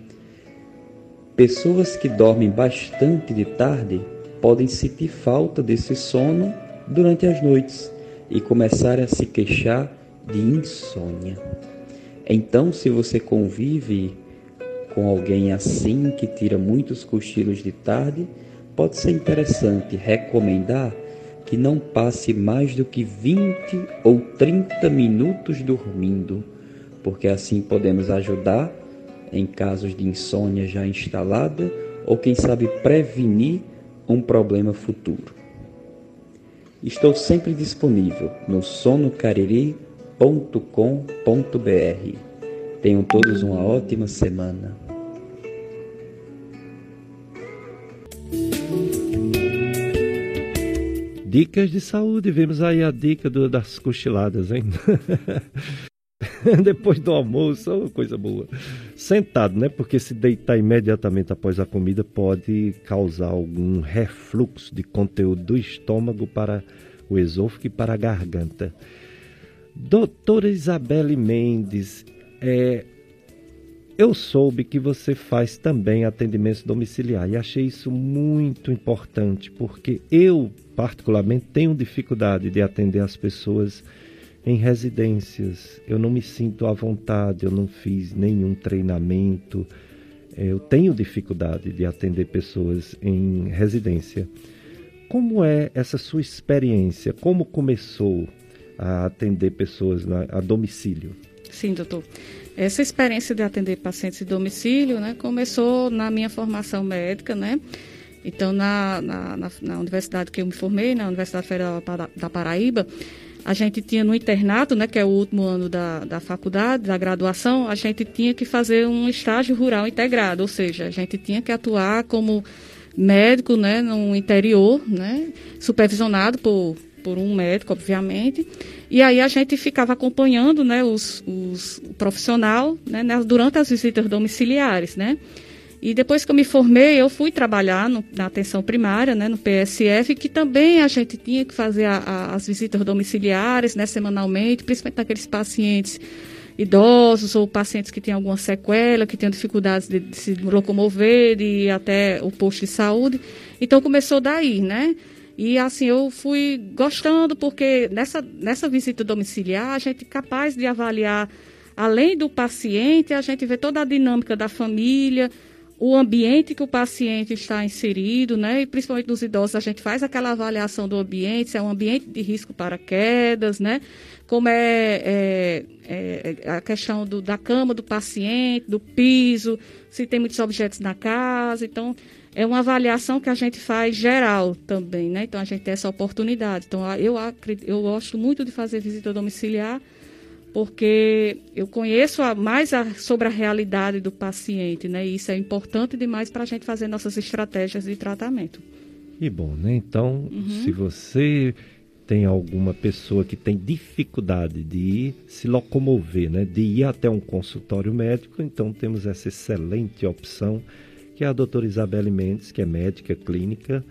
Pessoas que dormem bastante de tarde podem sentir falta desse sono durante as noites e começar a se queixar de insônia. Então, se você convive com alguém assim que tira muitos cochilos de tarde, pode ser interessante recomendar que não passe mais do que vinte ou trinta minutos dormindo, porque assim podemos ajudar em casos de insônia já instalada ou quem sabe prevenir um problema futuro. Estou sempre disponível no sono cariri ponto com ponto br. Tenham todos uma ótima semana. Dicas de saúde, vimos aí a dica do, das cochiladas, hein? depois do almoço, oh, coisa boa. Sentado, né? Porque se deitar imediatamente após a comida pode causar algum refluxo de conteúdo do estômago para o esôfago e para a garganta. Doutora Isabelle Mendes, é, eu soube que você faz também atendimentos domiciliares e achei isso muito importante, porque eu, particularmente, tenho dificuldade de atender as pessoas em residências. Eu não me sinto à vontade, eu não fiz nenhum treinamento, eu tenho dificuldade de atender pessoas em residência. Como é essa sua experiência? Como começou a atender pessoas na, a domicílio? Sim, doutor. Essa experiência de atender pacientes em domicílio, né, começou na minha formação médica, né? Então, na, na, na, na universidade que eu me formei, na Universidade Federal da Paraíba, a gente tinha no internato, né, que é o último ano da, da faculdade, da graduação, a gente tinha que fazer um estágio rural integrado, ou seja, a gente tinha que atuar como médico, né, no interior, né, supervisionado por, por um médico, obviamente, e aí a gente ficava acompanhando, né, os, os o profissional, né, durante as visitas domiciliares, né. E depois que eu me formei, eu fui trabalhar no, na atenção primária, né, no P S F, que também a gente tinha que fazer a, a, as visitas domiciliares, né, semanalmente, principalmente naqueles pacientes idosos ou pacientes que têm alguma sequela, que têm dificuldades de, de se locomover, de ir até o posto de saúde. Então, começou daí, né? E, assim, eu fui gostando, porque nessa, nessa visita domiciliar, a gente é capaz de avaliar, além do paciente, a gente vê toda a dinâmica da família, o ambiente que o paciente está inserido, né? E principalmente nos idosos, a gente faz aquela avaliação do ambiente, se é um ambiente de risco para quedas, né? Como é, é, é a questão do, da cama do paciente, do piso, se tem muitos objetos na casa. Então, é uma avaliação que a gente faz geral também, né? Então, a gente tem essa oportunidade. Então, eu, acredito, eu gosto muito de fazer visita domiciliar, porque eu conheço a, mais a, sobre a realidade do paciente, né? E isso é importante demais para a gente fazer nossas estratégias de tratamento. Que bom, né? Então, uhum. se você tem alguma pessoa que tem dificuldade de ir, se locomover, né? De ir até um consultório médico, então temos essa excelente opção, que é a doutora Isabelle Mendes, que é médica clínica,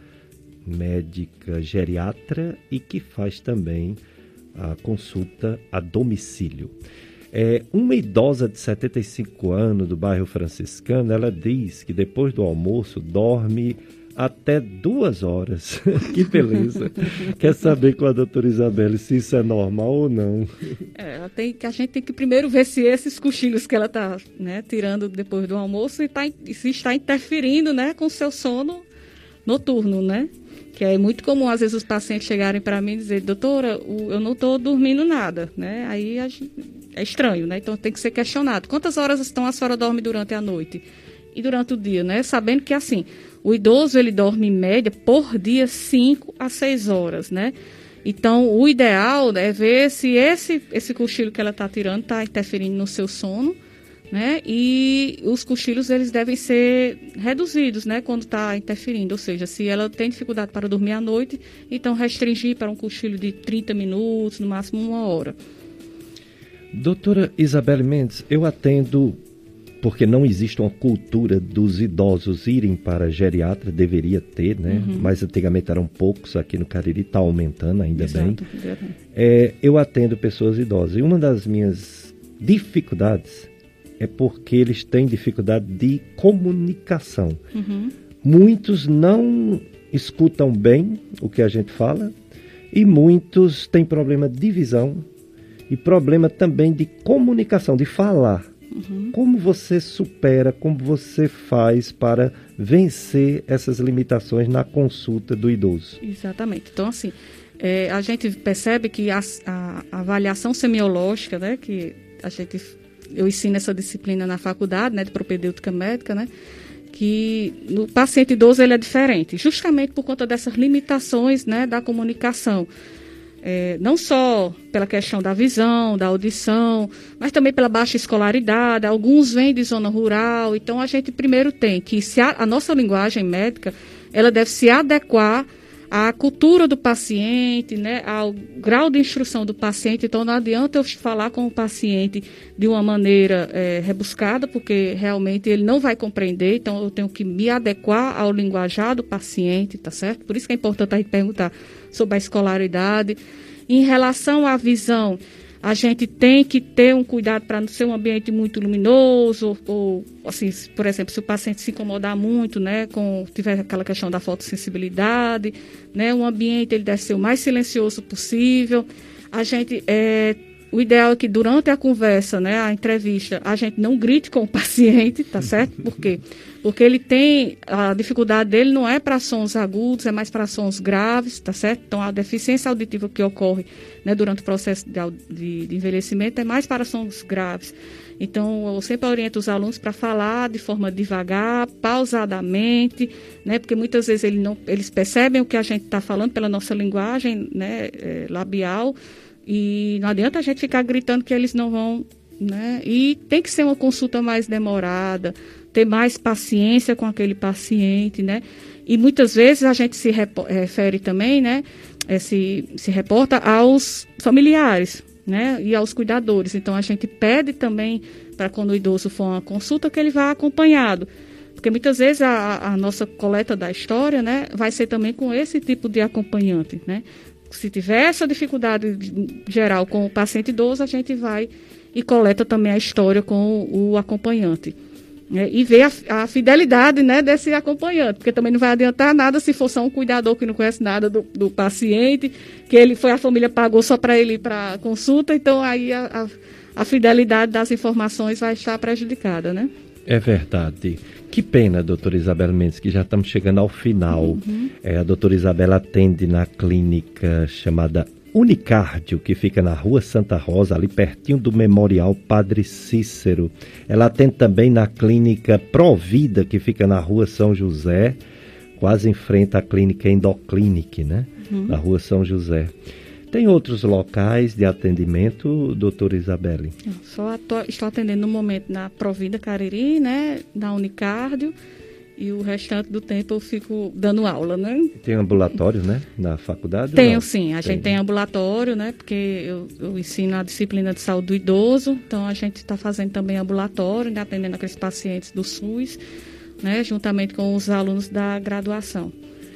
médica geriatra e que faz também a consulta a domicílio. É, uma idosa de setenta e cinco anos do bairro Franciscano, ela diz que depois do almoço dorme até duas horas. Que beleza! Quer saber com a doutora Isabelle se isso é normal ou não? É, ela tem, a gente tem que primeiro ver se esses cochilos que ela está, né, tirando depois do almoço e, tá, e se está interferindo, né, com o seu sono noturno, né? Que é muito comum, às vezes, os pacientes chegarem para mim e dizer, doutora, o, eu não estou dormindo nada, né? Aí a gente, é estranho, né? Então tem que ser questionado. Quantas horas estão a senhora dorme durante a noite? E durante o dia, né? Sabendo que, assim, o idoso, ele dorme em média, por dia, cinco a seis horas, né? Então, o ideal é ver se esse, esse cochilo que ela está tirando está interferindo no seu sono, né? E os cochilos, eles devem ser reduzidos, né, quando está interferindo, ou seja, se ela tem dificuldade para dormir à noite, então restringir para um cochilo de trinta minutos, no máximo uma hora. Doutora Isabelle Mendes, eu atendo, porque não existe uma cultura dos idosos irem para geriatra, deveria ter, né? Uhum. Mas antigamente eram poucos, aqui no Cariri está aumentando, ainda Exato, bem. É, eu atendo pessoas idosas, e uma das minhas dificuldades é porque eles têm dificuldade de comunicação. Uhum. Muitos não escutam bem o que a gente fala e muitos têm problema de visão e problema também de comunicação, de falar. Uhum. Como você supera, como você faz para vencer essas limitações na consulta do idoso? Exatamente. Então, assim, é, a gente percebe que a, a, a avaliação semiológica, né, que a gente... eu ensino essa disciplina na faculdade, né, de propedêutica médica, né, que no paciente idoso ele é diferente, justamente por conta dessas limitações, né, da comunicação. É, não só pela questão da visão, da audição, mas também pela baixa escolaridade. Alguns vêm de zona rural, então a gente primeiro tem que, se a, a nossa linguagem médica, ela deve se adequar à cultura do paciente, né, ao grau de instrução do paciente. Então, não adianta eu falar com o paciente de uma maneira é, rebuscada, porque realmente ele não vai compreender. Então, eu tenho que me adequar ao linguajar do paciente, tá certo? Por isso que é importante a gente perguntar sobre a escolaridade. Em relação à visão, a gente tem que ter um cuidado para não ser um ambiente muito luminoso, ou, assim, por exemplo, se o paciente se incomodar muito, né, com, tiver aquela questão da fotossensibilidade, né, o ambiente ele deve ser o mais silencioso possível. A gente, é, o ideal é que durante a conversa, né, a entrevista, a gente não grite com o paciente, tá certo? Por quê? Porque ele tem, a dificuldade dele não é para sons agudos, é mais para sons graves, tá certo? Então, a deficiência auditiva que ocorre, né, durante o processo de, de, de envelhecimento é mais para sons graves. Então, eu sempre oriento os alunos para falar de forma devagar, pausadamente, né, porque muitas vezes ele não, eles percebem o que a gente está falando pela nossa linguagem, né, é, labial, e não adianta a gente ficar gritando que eles não vão, né, e tem que ser uma consulta mais demorada, ter mais paciência com aquele paciente, né? E muitas vezes a gente se refere também, né? É, se, se reporta aos familiares, né? E aos cuidadores. Então, a gente pede também para quando o idoso for uma consulta que ele vá acompanhado. Porque muitas vezes a, a nossa coleta da história, né? Vai ser também com esse tipo de acompanhante, né? Se tiver essa dificuldade geral com o paciente idoso, a gente vai e coleta também a história com o, o acompanhante. É, e ver a, a fidelidade, né, desse acompanhante, porque também não vai adiantar nada se for só um cuidador que não conhece nada do, do paciente, que ele foi, a família pagou só para ele ir para a consulta, então aí a, a, a fidelidade das informações vai estar prejudicada, né? É verdade. Que pena, doutora Isabela Mendes, que já estamos chegando ao final. Uhum. É, a doutora Isabela atende na clínica chamada Unicárdio, que fica na Rua Santa Rosa, ali pertinho do Memorial Padre Cícero. Ela atende também na clínica Provida, que fica na Rua São José, quase em frente à clínica Endoclinic, né? Uhum. Na Rua São José. Tem outros locais de atendimento, doutora Isabelle? Eu só ato- estou atendendo no momento na Provida Cariri, né? Na Unicárdio. E o restante do tempo eu fico dando aula, né? Tem ambulatório, né? Na faculdade? Tenho, sim. A tem. gente tem ambulatório, né? Porque eu, eu ensino a disciplina de saúde do idoso. Então, a gente está fazendo também ambulatório, né? Atendendo aqueles pacientes do SUS, né? Juntamente com os alunos da graduação.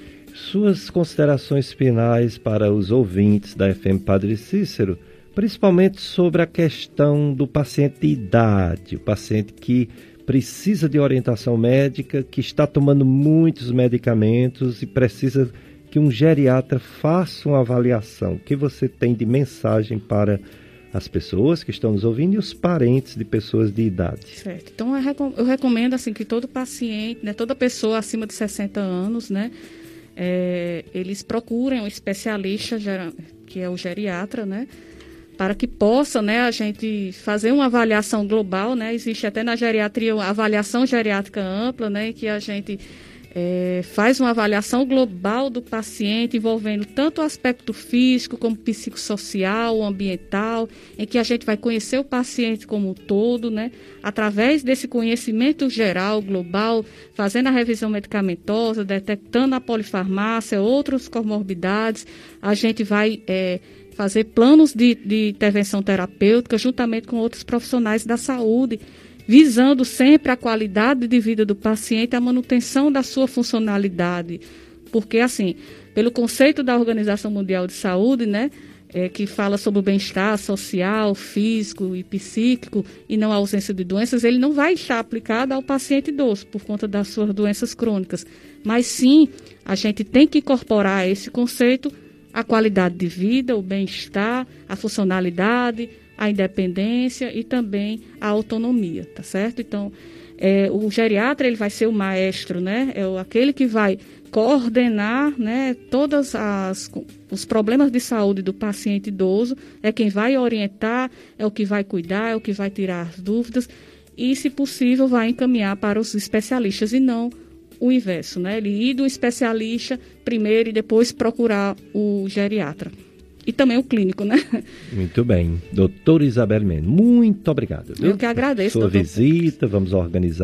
Suas considerações finais para os ouvintes da F M Padre Cícero, principalmente sobre a questão do paciente de idade, o paciente que precisa de orientação médica, que está tomando muitos medicamentos e precisa que um geriatra faça uma avaliação. O que você tem de mensagem para as pessoas que estão nos ouvindo e os parentes de pessoas de idade? Certo. Então, eu recomendo assim, que todo paciente, né, toda pessoa acima de sessenta anos, né, é, eles procurem um especialista, que é o geriatra, né, para que possa, né, a gente fazer uma avaliação global, né? Existe até na geriatria uma avaliação geriátrica ampla, né, em que a gente é, faz uma avaliação global do paciente, envolvendo tanto o aspecto físico como psicossocial, ambiental, em que a gente vai conhecer o paciente como um todo, né? Através desse conhecimento geral, global, fazendo a revisão medicamentosa, detectando a polifarmácia, outras comorbidades, a gente vai é, fazer planos de, de intervenção terapêutica juntamente com outros profissionais da saúde, visando sempre a qualidade de vida do paciente, a manutenção da sua funcionalidade. Porque, assim, pelo conceito da Organização Mundial de Saúde, né, é, que fala sobre o bem-estar social, físico e psíquico, e não a ausência de doenças, ele não vai estar aplicado ao paciente idoso, por conta das suas doenças crônicas. Mas, sim, a gente tem que incorporar esse conceito a qualidade de vida, o bem-estar, a funcionalidade, a independência e também a autonomia, tá certo? Então, é, o geriatra, ele vai ser o maestro, né? É o, aquele que vai coordenar, né, todos os problemas de saúde do paciente idoso, é quem vai orientar, é o que vai cuidar, é o que vai tirar as dúvidas e, se possível, vai encaminhar para os especialistas e não o inverso, né? Ele ir do especialista primeiro e depois procurar o geriatra. E também o clínico, né? Muito bem. Doutora Isabela Mendes, muito obrigado. Eu que agradeço, Sua doutor. visita, vamos organizar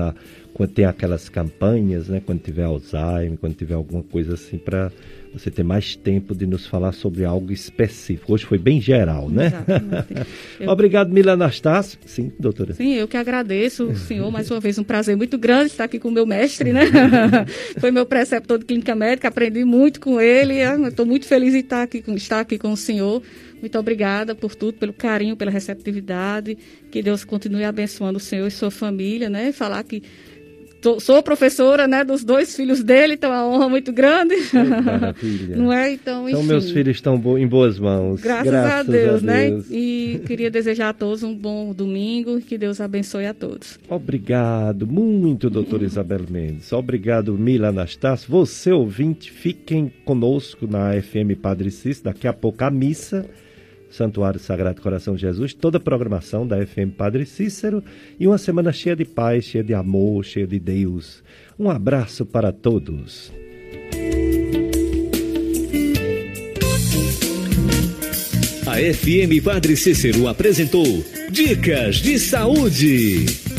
quando tem aquelas campanhas, né, quando tiver Alzheimer, quando tiver alguma coisa assim, para você ter mais tempo de nos falar sobre algo específico. Hoje foi bem geral, né? Exatamente. Eu... Obrigado, Mila Anastácio. Sim, doutora. Sim, eu que agradeço, o senhor, mais uma vez, um prazer muito grande estar aqui com o meu mestre, né? Foi meu preceptor de clínica médica, aprendi muito com ele, estou muito feliz em estar aqui, estar aqui com o senhor. Muito obrigada por tudo, pelo carinho, pela receptividade, que Deus continue abençoando o senhor e sua família, né? Falar que Tô, sou professora, né, dos dois filhos dele, então é uma honra muito grande. Maravilha. Não é? Então, enfim. Então, meus filhos estão bo- em boas mãos. Graças, Graças a, Deus, a Deus, né? E queria desejar a todos um bom domingo e que Deus abençoe a todos. Obrigado muito, doutora Isabel Mendes. Obrigado, Mila Anastácio. Você, ouvinte, fiquem conosco na F M Padre Cícero. Daqui a pouco a missa. Santuário Sagrado Coração de Jesus, toda a programação da F M Padre Cícero e uma semana cheia de paz, cheia de amor, cheia de Deus. Um abraço para todos. A F M Padre Cícero apresentou Dicas de Saúde.